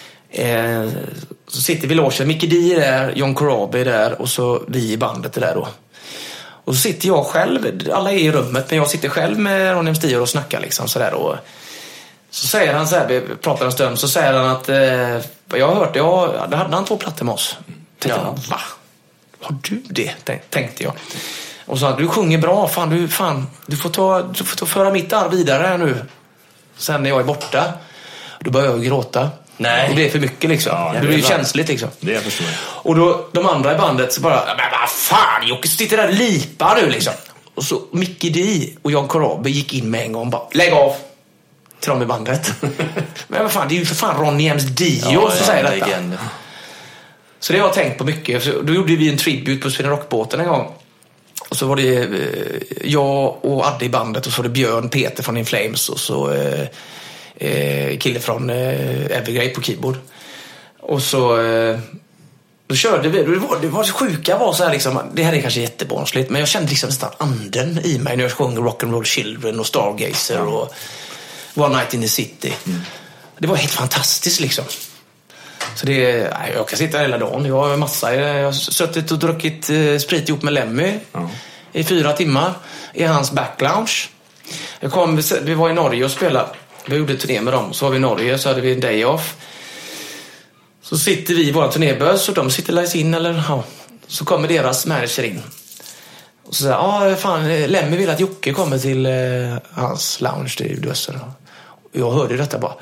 Så sitter vi i logen, Mickey D där, John Corabi där och så vi i bandet där då. Och så sitter jag själv, alla är i rummet men jag sitter själv med Ronny Dio och snackar liksom sådär och så säger han så här, vi pratar en stund, så säger han att jag har hört, det hade han 2 plattor med oss. Tänkte jag, va? Har du det? Tänkte jag. Och så att du sjunger bra, du får ta föra mitt arv vidare här nu. Sen när jag är borta, då börjar jag gråta. Nej. Det blir för mycket liksom. Ja, det blir ju känsligt liksom.
Det förstår jag.
Och då de andra i bandet så bara, men vad fan, Jocke sitter där och lipar nu liksom. Och så Mickey D och John Corabi gick in med en gång och bara, lägg av till dem i bandet. Men vad fan, det är ju för fan Ronny James Dio som säger detta. Igen. Så det har jag tänkt på mycket. Så då gjorde vi en tribute på Sweden Rock-båten en gång. Och så var det jag och Adde i bandet och så var det Björn Peter från In Flames och så kille från Evergrey på keyboard. Och så då körde vi. Det var så sjuka var så här liksom, det här är kanske jättebarnsligt men jag kände liksom nästan anden i mig när jag sjöng Rock'n'Roll Children och Stargazer och One Night in the City. Det var helt fantastiskt liksom. Så jag kan sitta hela dagen. Jag har suttit och druckit sprit ihop med Lemmy i 4 timmar i hans backlounge. Vi var i Norge och spelade. Vi gjorde turné med dem. Så var vi i Norge, så hade vi en day off. Så sitter vi i våra turnébuss och de sitter läs in så kommer deras manager in. Och så säger Lemmy vill att Jocke kommer till hans lounge i bussen. Och jag hörde detta bara.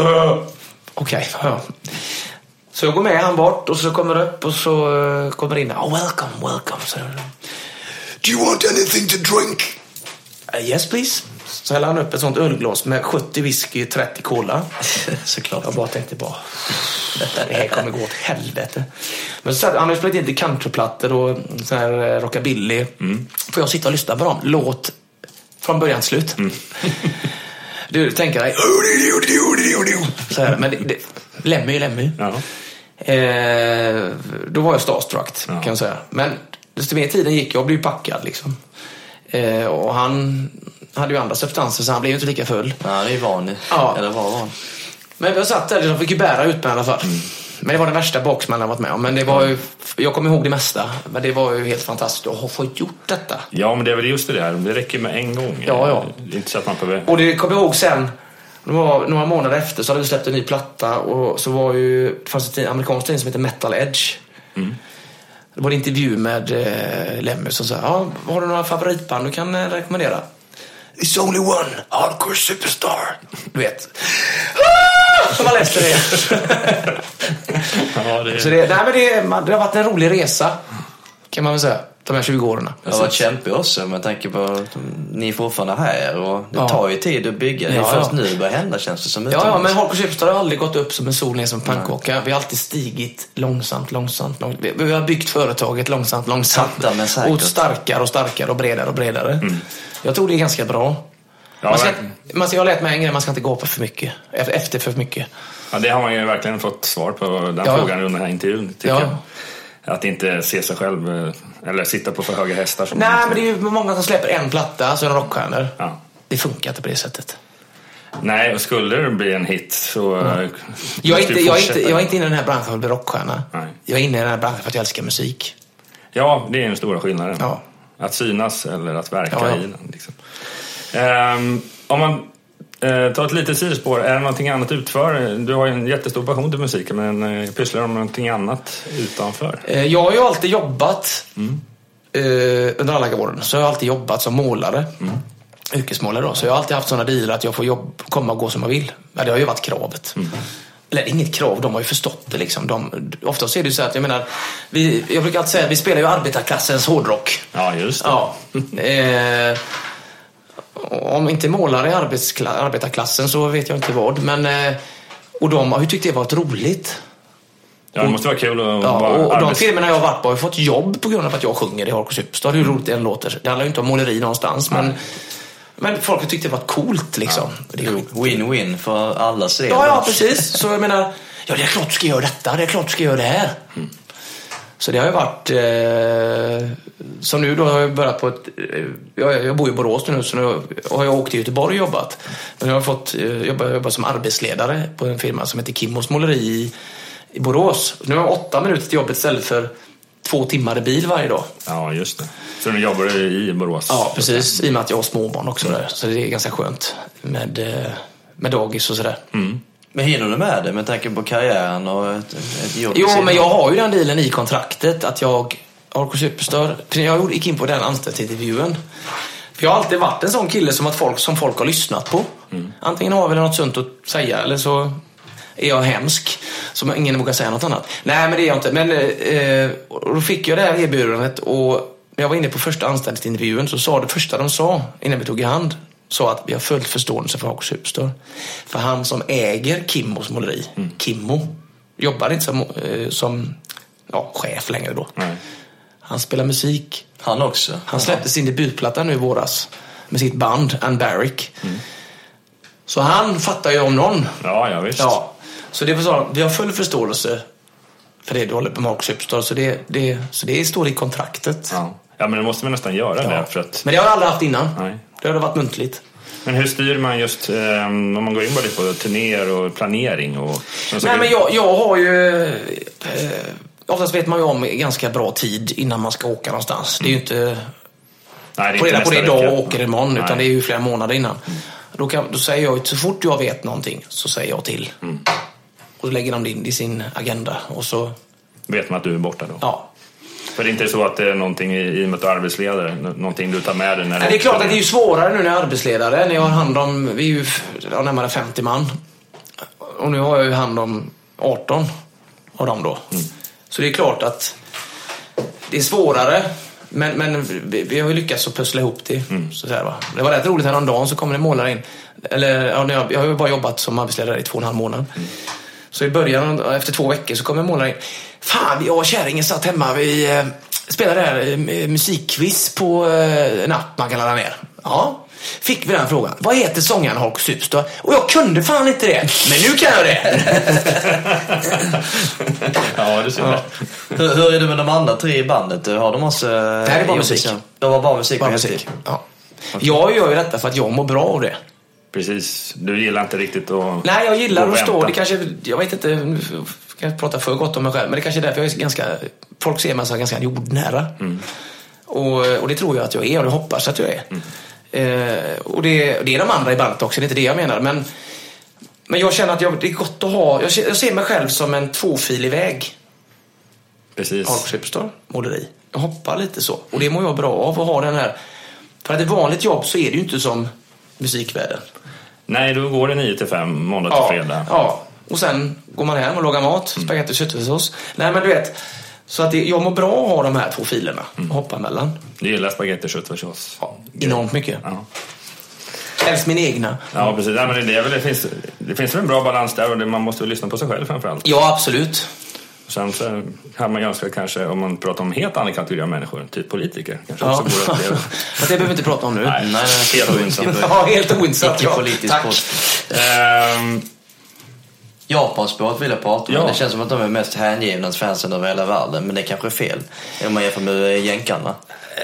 Okej. Så jag går med han bort och så kommer upp och så kommer in. Welcome. Så, do you want anything to drink? Yes, please. Så häller han upp ett sånt ölglas med 70 whisky, 30 cola. Såklart. Jag bara tänkte det här kommer gå åt helvete. Men så han har spelat in till countryplattor och så här rockabilly. Får jag sitta och lyssna på dem? Låt från början till slut. Du tänker dig så här, men Lemmy. Ja. Då var jag starstruck kan jag säga. Men desto mer tiden gick jag blev packad liksom. Och han hade ju andra substanser så han blev ju inte lika full.
Ja, det är vanligt. Ja. Eller var van.
Men jag satt där och fick ju bära ut med i alla fall. Men det var den värsta boxman jag varit med om. Men det var ju, jag kommer ihåg det mesta. Men det var ju helt fantastiskt att ha fått gjort detta.
Ja, men det är väl just det där. Det räcker med en gång.
Ja.
Det är inte så att man på väg.
Och det kommer jag ihåg sen. Det var några månader efter så hade vi släppt en ny platta. Och så var ju, det fanns ett amerikanskt tidning som heter Metal Edge. Det var en intervju med Lemmy som sa, har du några favoritband du kan rekommendera? It's only one, hardcore superstar. Du vet. Som man läste det. Så det har varit en rolig resa kan man väl säga. de här 20 åren.
Det har varit kämpigt också med tanke på att ni är fortfarande här och det tar ju tid att bygga. Det är först nu det börjar hända, känns det som.
Ja, men Hardcore Superstar har aldrig gått upp som en sol ner som pannkaka. Vi har alltid stigit långsamt. Vi har byggt företaget långsamt. Och starkare och bredare. Jag tror det är ganska bra. Jag har lärt mig en grej, man ska inte gå på för mycket. Efter för mycket.
Ja, det har man ju verkligen fått svar på den frågan under den här intervjun, tycker jag. Att inte se sig själv eller sitta på för höga hästar.
Nej, men det är ju många som släpper en platta, så är de rockstjärnor. Ja. Det funkar inte på det sättet.
Nej, och skulle det bli en hit så...
Jag är inte inne i den här branschen för att bli rockstjärna. Nej. Jag är inne i den här branschen för att jag älskar musik.
Ja, det är den stora skillnaden. Ja. Att synas eller att verka i den. Liksom. Om man tar ett litet sidospår, är det någonting annat utför? Du har ju en jättestor passion till musiken, men pysslar om någonting annat utanför?
Jag har ju alltid jobbat under alla åren, så jag har alltid jobbat som målare. Yrkesmålare då, så jag har alltid haft sådana dealer att jag får komma och gå som jag vill. Ja, det har ju varit kravet. Eller inget krav, de har ju förstått det liksom. Oftast är det ju så att, jag menar, jag brukar alltid säga att vi spelar ju arbetarklassens hårdrock.
Ja, just det.
Ja. Om inte målare i arbetarklassen så vet jag inte vad. Men, och de har ju tyckt det var roligt.
Ja, det måste vara kul att
och de filmerna jag har varit på har fått jobb på grund av att jag sjunger i Hardcore Superstar. Det är ju roligt en låter. Det handlar ju inte om måleri någonstans, men folk har tyckt det var coolt liksom.
Det är win-win för alla ser.
Ja, precis. Så jag menar, det är klart du ska göra detta, det är klart du ska göra det här. Så det har ju varit som nu då har jag börjat på jag bor i Borås nu, så nu har jag åkt till Göteborg och jobbat. Men jag har fått jobba som arbetsledare på en firma som heter Kimmos måleri i Borås. Nu har jag 8 minuter till jobbet istället för 2 timmar i bil varje dag.
Ja, just det. Så nu jobbar du i Borås?
Ja, precis. I och med att jag har småbarn också där. Så det är ganska skönt med dagis och sådär.
Men hinner du med det med tanke på karriären och ett jobb?
Jo, men jag har ju den dealen i kontraktet att jag Hardcore Superstar. Jag gick in på den anställningsintervjun. För jag har alltid varit en sån kille som folk har lyssnat på. Antingen har jag väl något sunt att säga, eller så är jag hemsk som ingen vågar säga något annat. Nej, men det är jag inte. Men då fick jag det här erbjudandet, och när jag var inne på första anställningsintervjun så sa det första de sa innan vi tog i hand, sa att vi har fullt förståelse för Hardcore Superstar. För han som äger Kimmos måleri, Kimmo, jobbar inte som chef längre då. Nej. Han spelar musik.
Han också.
Han släppte sin debutplatta nu i våras med sitt band Unbarrick. Så han fattar ju om någon.
Ja, visst.
Ja. Så det var så, vi har full förståelse för det du håller på med Hardcore Superstar, så det står i kontraktet.
Ja, men det måste man nästan göra det för att...
Men det har jag aldrig haft innan.
Nej.
Det har varit muntligt.
Men hur styr man just om man går in både på turnéer och planering och...
Nej, men jag har ju... oftast vet man ju om ganska bra tid innan man ska åka någonstans. Det är ju inte...
Nej,
på det idag och åker imorgon, utan det är ju flera månader innan. Då säger jag, så fort jag vet någonting så säger jag till. Och så lägger de in i sin agenda. Och så...
Vet man att du är borta då?
Ja.
För det är inte så att det är någonting i och med att du är arbetsledare, någonting du tar med dig när...
Nej, det är klart att det är ju svårare nu när jag är arbetsledare. När jag har hand om, vi är ju närmare 50 man. Och nu har jag ju hand om 18 av dem då. Så det är klart att det är svårare. Men vi har ju lyckats att pussla ihop det. Så där, va? Det var rätt roligt häromdagen, så kommer det målare in. Jag har ju bara jobbat som arbetsledare i 2,5 månader. Så i början, efter 2 veckor, så kommer målare in. Fan, jag och kärringen satt hemma. Vi spelade där musikquiz på en app man kan ladda ner. Ja, fick vi den frågan. Vad heter sångaren Hardcore Superstar? Och jag kunde fan inte det. Men nu kan jag det.
Ja, det ser jag.
Hur är det med de andra 3 i bandet? Har de också...
Det här är bara musik.
De var bara musik.
Bara musik. Ja. Okay. Jag gör ju detta för att jag mår bra av det.
Precis. Du gillar inte riktigt att...
Nej, jag gillar att stå. Det kanske... Jag vet inte... Nu kan jag prata för gott om mig själv. Men det kanske är därför jag är ganska... Folk ser mig som ganska jordnära. Och det tror jag att jag är. Och det hoppas att jag är. Och det är de andra i bandet också. Det är inte det jag menar. Men jag känner att det är gott att ha... Jag ser mig själv som en 2-filig väg.
Precis.
Hardcore Superstar, måleri. Jag hoppar lite så. Och det mår jag bra av att ha den här... För att ett vanligt jobb så är det ju inte som musikvärlden.
Nej, då går det 9-5, måndag till fredag.
Ja, och sen går man hem och lagar mat, spagetti och köttfärssås. Nej, men du vet, Så att jag mår bra att ha de här 2 filerna att hoppa mellan.
Du gillar spagetti och köttfärssås?
Ja, enormt mycket.
Ja.
Helst min egna.
Ja, precis. Nej, men det finns väl en bra balans där, och man måste väl lyssna på sig själv framförallt.
Ja, absolut.
Sen så har man ganska, kanske, om man pratar om helt andra kategorier av människor, typ politiker, kanske
Ja.
också går att leva.
Men det behöver vi inte prata om nu.
Nej, helt oinsatt.
Ja, helt oinsatt. Ja.
Politisk post. Japanspåret vill jag prata om.
Ja.
Det känns som att de är mest hängivna fansen över hela världen. Men det kanske är fel om man jämför med jänkarna.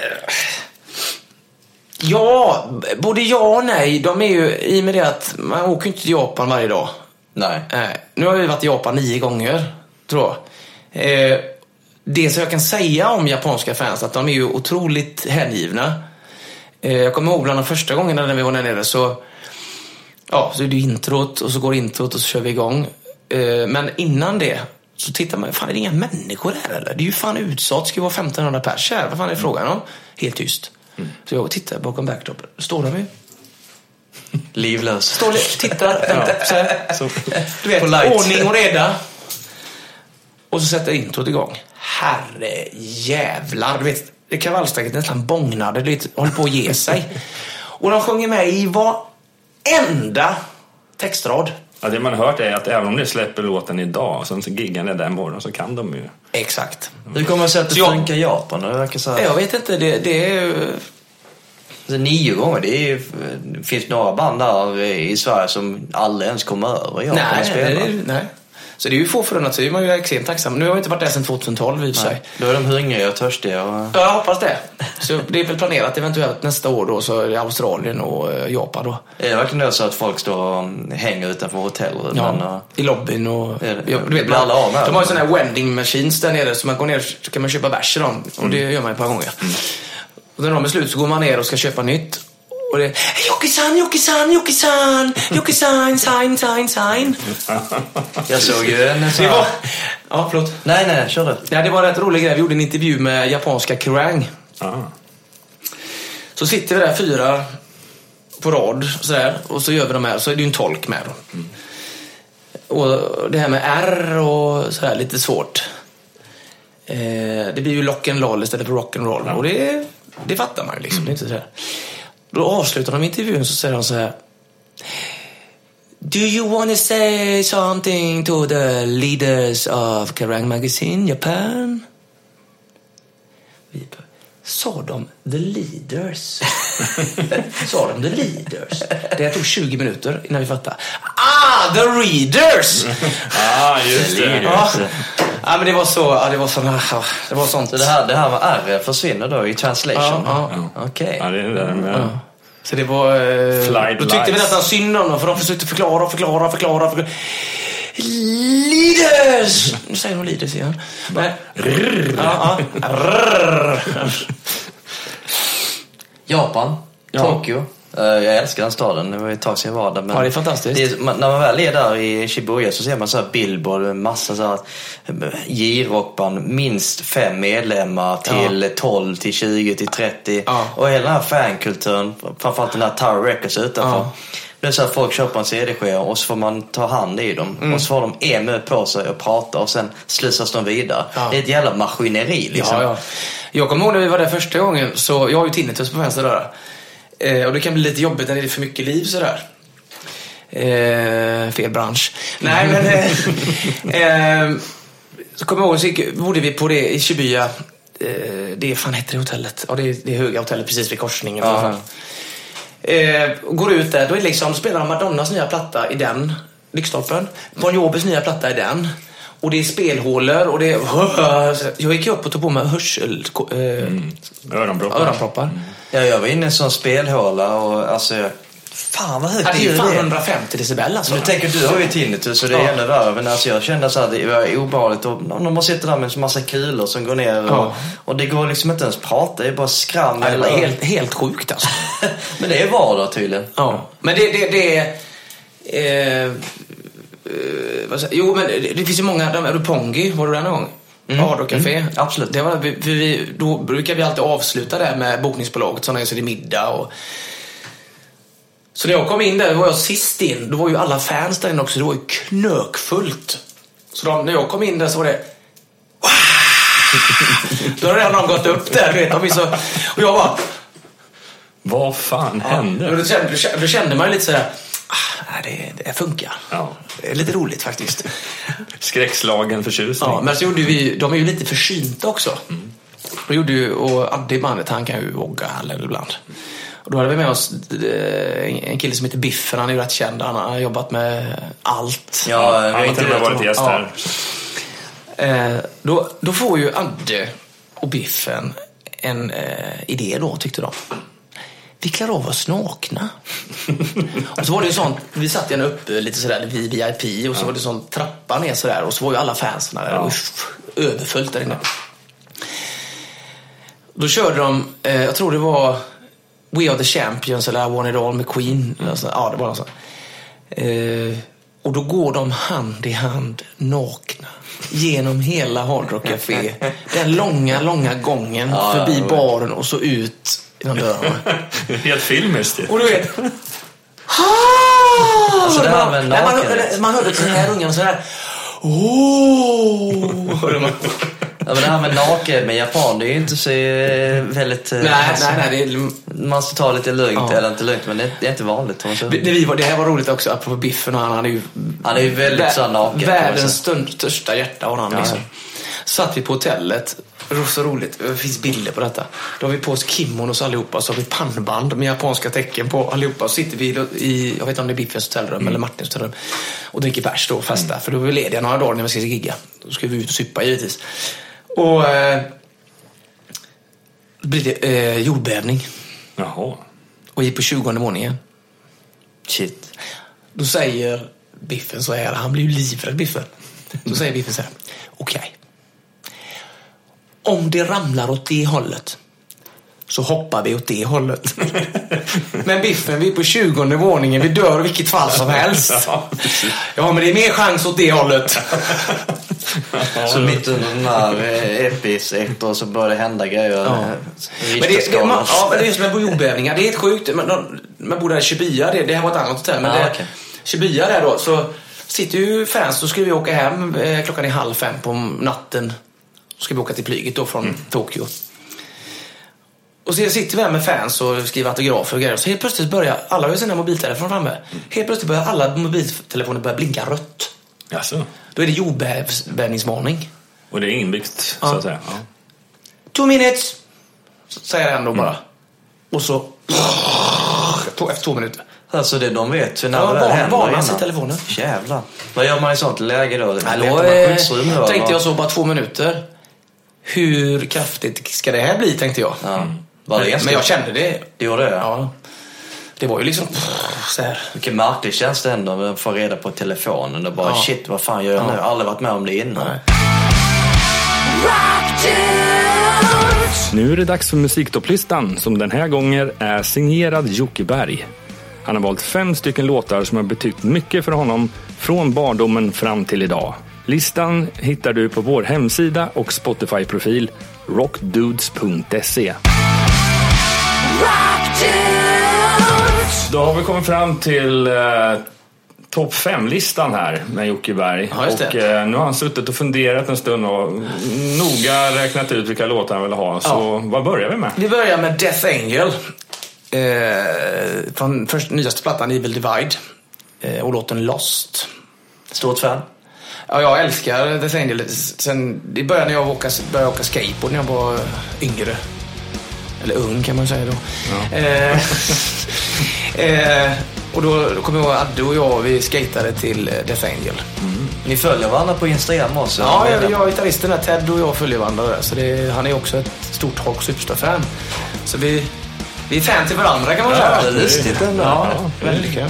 Ja, både ja och nej. De är ju, i och med det att man åker inte till Japan varje dag.
Nej.
Nu har vi varit i Japan 9 gånger, tror jag. Det som jag kan säga om japanska fans, att de är ju otroligt hängivna. Jag kommer ihåg bland de första gångerna när vi var där nere, så är det introt, och så går introt och så kör vi igång. Men innan det så tittar man, fan är det inga människor här eller? Det är ju fan utsålt, det ska ju vara 1500 pers här. Vad fan är det frågan om? Helt tyst. Så jag tittar bakom backdropen. Står de ju?
Livlös.
Står tittar, väntar, så här.
Så,
Du vet,
Polite.
ordning och reda. Och så sätter introt igång. Herre jävlar. Du vet, det kravallstaket nästan bångnade. Du vet, håller på att ge sig. Och de sjunger med i varenda textrad.
ja, det man har hört är att även om ni släpper låten idag och sen så giggar ni där imorgon, så kan de ju.
Exakt.
Hur kommer det sig att det
Så jag-
funkar i Japan? Det verkar så här.
Jag vet inte, det är ju...
Alltså, 9 gånger, det finns några band där i Sverige som aldrig ens kommer över Japan och spelar.
Nej. Så det är ju få förunnat, så är man ju extremt tacksam. Nu har jag inte varit där sedan 2012 i och för sig.
Då är de hungriga och törstiga. Och...
Ja, jag hoppas det. Så det är väl planerat eventuellt nästa år då, så är det Australien och Japan då.
Är det verkligen så att folk står och hänger utanför hotellrum?
Ja, i lobbyn och...
Är det-
Du vet,
blir alla av med
de
dem?
har ju sådana här vending machines där nere, så man går ner så kan man köpa bärs i dem. Och det gör man ett par gånger. Och när de är slut så går man ner och ska köpa nytt. Och det är Jocke-san, sign.
Jag såg ju en...
Så det var... Ja, förlåt.
Nej, kör du.
Ja, det var en rätt rolig grej. Vi gjorde en intervju med japanska Kerrang. Så sitter vi där 4 på rad sådär, och så gör vi de här, så är det ju en tolk med dem. Och det här med R och sådär, lite svårt. Det blir ju lock and roll istället för rock and roll. Och det fattar man ju liksom. Det är inte så här. Då avslutar de intervjun, så säger de så här: Do you want to say something to the leaders of Kerrang Magazine Japan? Sa de the leaders? Sa de the leaders? Det tog 20 minuter innan vi fattade. The readers!
Just det.
Ja, men det var så, det var sånt.
Så det här med R försvinner då i translation?
Ja.
Okej.
Ja, det är det där med...
Så det var...
Flight
då tyckte vi
lights.
nästan synd om dem, för de försökte förklara. Leaders! Nu säger de leaders igen. Men,
Japan, Tokyo. Jag älskar den staden. Det var ett tag sedan jag var där. Men
Ja, det är fantastiskt.
när man väl är där i Shibuya så ser man så här billboard med massa så här J-rockband, minst 5 medlemmar till 12 till 20 till 30. Och hela den här fankulturen, framförallt den här Tower Records utanför. Det är så att folk köper en CD-skiva och så får man ta hand i dem. Och så får de en minut på sig och prata och sen slussas de vidare. Det är ett jävla maskineri liksom.
Ja. Jag kommer ihåg när vi var där första gången, så jag har ju tinnitus på vänster där. Och det kan bli lite jobbigt när det är för mycket liv sådär. Fel bransch. Nej, men... så kommer jag ihåg, så bodde vi på det i Shibuya. Det fan heter det hotellet? Ja, det är höga hotellet precis vid korsningen. Går ut där, då är det liksom, spelar de Madonnas nya platta i den lyktstolpen. Bon Jobis nya platta i den. Och det är spelhålor och det är... Jag gick upp och tog på mig öronproppar.
Ja, jag var inne i en sån spelhåla och alltså... Fan vad högt
det är ju
ljud
fan
det är.
150 decibel alltså.
Nu tänker du har ju tinnitus så det är ännu värre. Men alltså jag kände så här, det var obehagligt. Och när man sitter där med en massa kulor som går ner och det går liksom inte ens prata. Det är bara skram.
Det var helt sjukt alltså.
Men det är vardag tydligen.
Ja, men det är... Jo, men det finns ju många... Rupongi, var du där någon gång? Art och Café.
Absolut.
Det var, då brukar vi alltid avsluta det med bokningsbolaget, så när det är middag och... Så när jag kom in där var jag sist in. Då var ju alla fans där inne också. Det var ju knökfullt. Så när jag kom in där så var det... Då har redan någon gått upp där, du vet. Och jag bara...
Vad fan hände?
Då kände man ju lite sådär... det funkar.
Ja.
Det är lite roligt faktiskt.
Skräckslagen förtjusning.
Ja, men så gjorde de är ju lite försynta också. Då gjorde ju, och Adde i bandet, han kan ju våga ibland. Och då hade vi med oss en kille som heter Biffen, han är ju rätt känd, han har jobbat med allt.
Ja, han har inte varit gäst här.
Då får ju Adde och Biffen en idé då, tyckte de. Vi klarar av oss nakna. Och så var det ju sånt, vi satt gärna uppe lite sådär vid VIP, och så var det sån trappa ner sådär, och så var ju alla fansen där, och överfullt där inne. Då körde de, jag tror det var We Are The Champions eller I Want It All med Queen. Ja, det var något sånt. Och då går de hand i hand nakna genom hela Hard Rock Café. Den långa gången förbi baren och så ut genom dörrarna.
Helt filmiskt.
Och du vet...
Alltså det här med
man hörde den här ungen så här...
Ja, men det här med naken med japan, det är ju inte så väldigt...
Nej,
man ska ta lite lugnt, eller inte lugnt, men det är inte vanligt.
Det här var roligt också, apropå Biffen, och han är ju
väldigt så naken.
Världens största hjärta har han liksom. Satt vi på hotellet, så roligt, det finns bilder på detta. Då har vi på oss kimonos allihopa, så har vi pannband med japanska tecken på allihopa. Så sitter vi i, jag vet inte om det är Biffens hotellrum eller Martins hotellrum, och dricker bärs då och festar. För då är vi lediga några dagar när vi ska gigga. Då ska vi ut och suppa givetvis. Och då blir det jordbävning.
Jaha.
Och gick på 20:e våningen. Shit. Då säger Biffen så här, han blir ju livrädd, Biffen. Då säger Biffen så här: okej. Om det ramlar åt det hållet så hoppar vi åt det hållet. Men Biffen, vi är på 20:e våningen, vi dör i vilket fall som helst. Ja, men det är mer chans åt det hållet.
Så mitt under den här episektorn så börjar det hända grejer.
Men det är just med jordbävningar, det är helt sjukt. Man bor där i Shibuya, det här var ett annat hotell, men Shibuya där då, så sitter ju fans, så ska vi åka hem klockan är 4:30 på natten. Så ska vi åka till flyget då från Tokyo. Och så sitter vi här med fans och skriver autografer och grejer. Så helt plötsligt börjar alla har sina mobiltelefoner framme. Helt plötsligt börjar alla mobiltelefoner börja blinka rött.
Jaså?
Då är det jordbävningsvarning.
Och det är inbyggt, så att säga. Ja.
2 minutes, säger han då bara. Och så efter 2 minuter.
Alltså det de vet så när det händer
varnas i telefonen.
Jävlar. Vad gör man i sånt läge då?
Tänkte jag så bara 2 minuter. Hur kraftigt ska det här bli, tänkte jag. Men jag kände det.
Det gjorde det?
Ja. Det var ju liksom så här.
Vilken märklig känns det ändå att få reda på telefonen och bara shit, vad fan gör jag nu? Jag har aldrig varit med om det innan.
Nej.
Nu är det dags för musiktopplistan, som den här gången är signerad Jocke Berg. Han har valt 5 stycken låtar som har betytt mycket för honom från barndomen fram till idag. Listan hittar du på vår hemsida och Spotify-profil rockdudes.se. Då har vi kommit fram till topp 5-listan här med Jocke Berg.
Ja,
och nu har han suttit och funderat en stund och noga räknat ut vilka låtar han vill ha. Så vad börjar vi med? Vi
börjar med Death Angel. Från nyaste plattan Evil Divide. Och låten Lost.
Stort fan.
Ja, jag älskar Death Angel. Sen i början när jag började åka skateboard när jag var yngre. Eller ung kan man säga då. Ja. Och då kommer jag ihåg Adde och jag, vi skatade till Death Angel.
Ni följer varandra på Instagram också?
Ja, jag och gitarristen där, Ted, och jag följer varandra där. Så han är också ett stort Hulk Superstar-fan. Så vi är fan till varandra, kan man säga.
Det är lustigt ändå.
Ja, verkligen.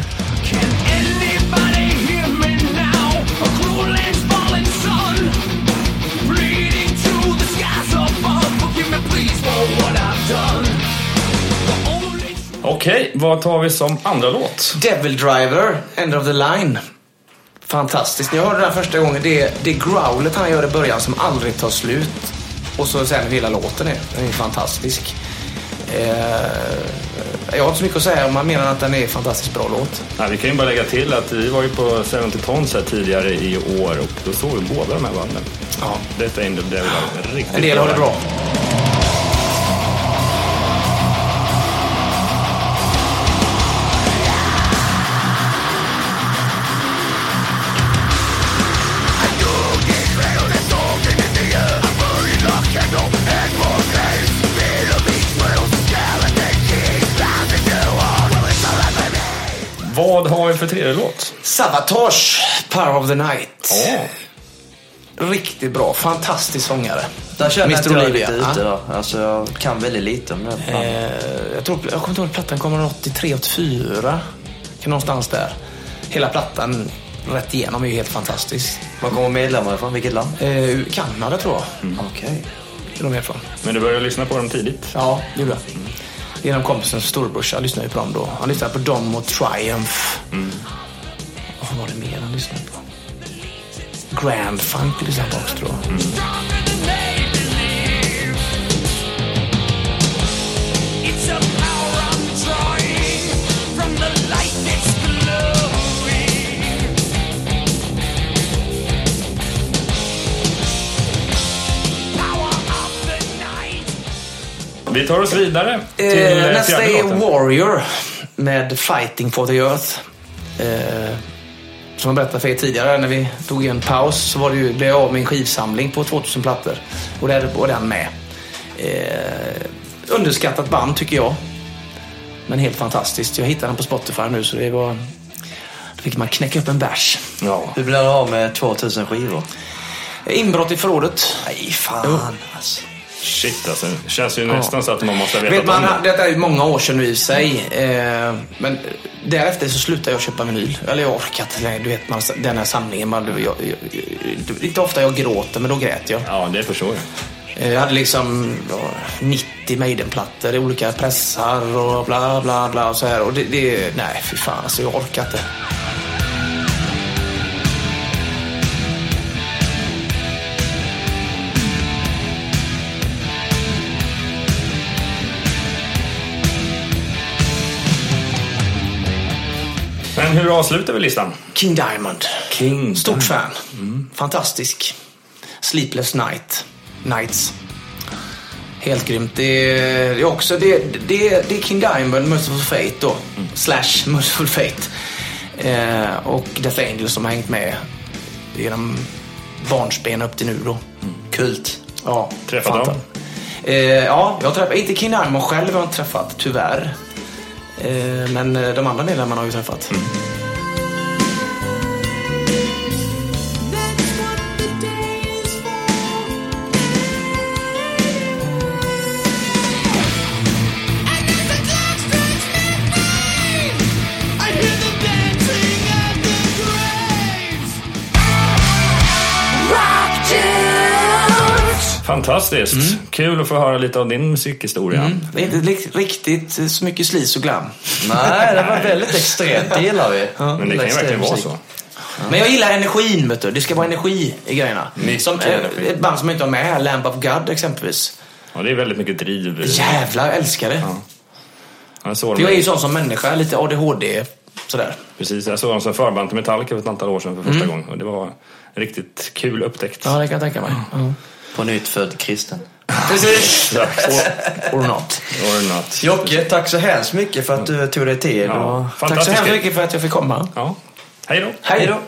Okej, vad tar vi som andra låt?
Devil Driver, End of the Line. Fantastiskt. När jag hörde den första gången, det growlet han gör i början som aldrig tar slut. Och så sen hela låten den är fantastisk. jag har inte så mycket att säga om man menar att den är en fantastiskt bra låt.
Ja, vi kan ju bara lägga till att vi var ju på 70 Tons här tidigare i år och då såg vi båda de här banden.
Ja.
Detta är Angel Devil riktigt
En del har det bra.
Vad har vi för tredje låt?
Savatage, Power of the Night.
Ja.
Riktigt bra, fantastisk sångare.
Där känner jag att jag är lite
Olivia.
ute då. Alltså jag kan väldigt lite om det.
Jag kommer inte ihåg, plattan kommer 83-84. Någonstans där. Hela plattan rätt igenom är ju helt fantastisk.
Var kommer medlemmar ifrån? Vilket land?
Kanada tror jag.
Okej.
Är de ifrån?
Men du började lyssna på dem tidigt?
Ja, det gjorde jag. Genom kompisens storbrorsa lyssnade jag på dem då. Han lyssnade på dem och Triumph. Och vad var det mer han lyssnade på? Grand Funk lyssnade på också tror jag.
Vi tar oss vidare till
nästa
fjärde
är
låten.
Warrior med Fighting for the Earth. Som jag berättade för er tidigare, när vi tog en paus så var det ju, blev jag av med en skivsamling på 2000 plattor. Och där var den med. Underskattat band tycker jag. Men helt fantastiskt. Jag hittade den på Spotify nu så det var... Då fick man knäcka upp en bärs.
Ja.
Hur blir det av med 2000 skivor?
Inbrott i förrådet.
Nej, fan. Alltså.
Shit alltså. Det känns ju nästan så att man måste veta
Vet man,
om det.
detta är ju många år sedan nu i sig. Men därefter så slutade jag köpa vinyl. Eller jag orkar inte längre. Du vet, den här samlingen. Inte ofta jag gråter, men då grät jag.
Ja, det förstår jag.
Jag hade liksom 90 Maiden-plattor i olika pressar och bla bla bla och så här. Och nej fy fan, alltså jag orkar inte.
Men hur avslutar vi listan?
King Diamond. Stort fan. Fantastisk. Sleepless Nights. Helt grymt. Det är också det är King Diamond, Merciful Fate då. / Merciful Fate. Och Death Angel som har hängt med genom barnsben upp till nu då.
Kult.
Ja,
Träffat dem?
Ja, jag har träffat, inte King Diamond själv har jag inte träffat, tyvärr. Men de andra medlemmarna har ju träffat.
Fantastiskt. Kul att få höra lite av din musikhistoria.
Det är inte riktigt så mycket slis och glam.
Nej, det var väldigt extremt. Det gillar vi.
Men det kan ju verkligen vara så.
Men jag gillar energin, vet du. Det ska vara energi i grejerna. Som ett band som inte har med här, Lamb of God exempelvis.
Ja, det är väldigt mycket driv.
Jävlar, jag älskar det.
Jag såg
För jag är ju sån som människa, lite ADHD sådär.
Precis, jag såg dem som förband till Metallica för ett antal år sedan för första gången. Och det var riktigt kul upptäckt.
Ja, det kan jag tänka mig.
På nytt född kristen.
Precis. Or not.
Jocke, tack så hemskt mycket för att du tog dig tid.
Ja,
Tack så hemskt mycket för att jag fick komma.
Ja. Hej då.
Hej då.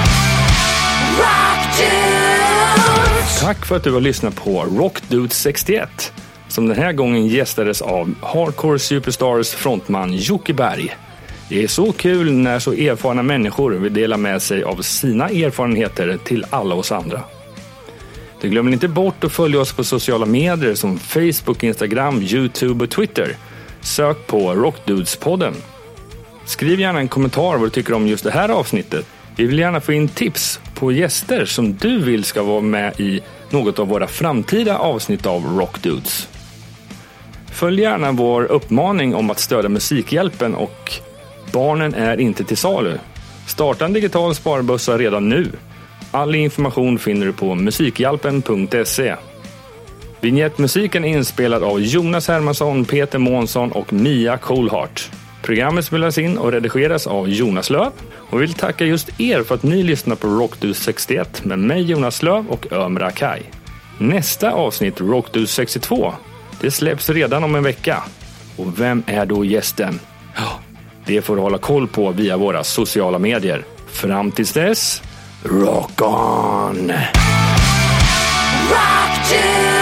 Tack för att du har lyssnat på Rock Dudes 61. Som den här gången gästades av Hardcore Superstars frontman Jocke Berg. Det är så kul när så erfarna människor vill dela med sig av sina erfarenheter till alla oss andra. Du glömmer inte bort att följa oss på sociala medier som Facebook, Instagram, YouTube och Twitter. Sök på Rockdudespodden. Skriv gärna en kommentar vad du tycker om just det här avsnittet. Vi vill gärna få in tips på gäster som du vill ska vara med i något av våra framtida avsnitt av Rockdudes. Följ gärna vår uppmaning om att stödja Musikhjälpen och Barnen är inte till salu. Starta en digital sparbössa redan nu. All information finner du på musikhjälpen.se. Vignettmusiken är inspelad av Jonas Hermansson, Peter Månsson och Mia Coolheart. Programmet spelas in och redigeras av Jonas Löv. Och vill tacka just er för att ni lyssnar på Rockdus 61 med mig Jonas Löv och Ömra Kai. Nästa avsnitt, Rockdus 62, det släpps redan om en vecka. Och vem är då gästen? Ja, det får du hålla koll på via våra sociala medier. Fram tills dess, rock on!
Rock to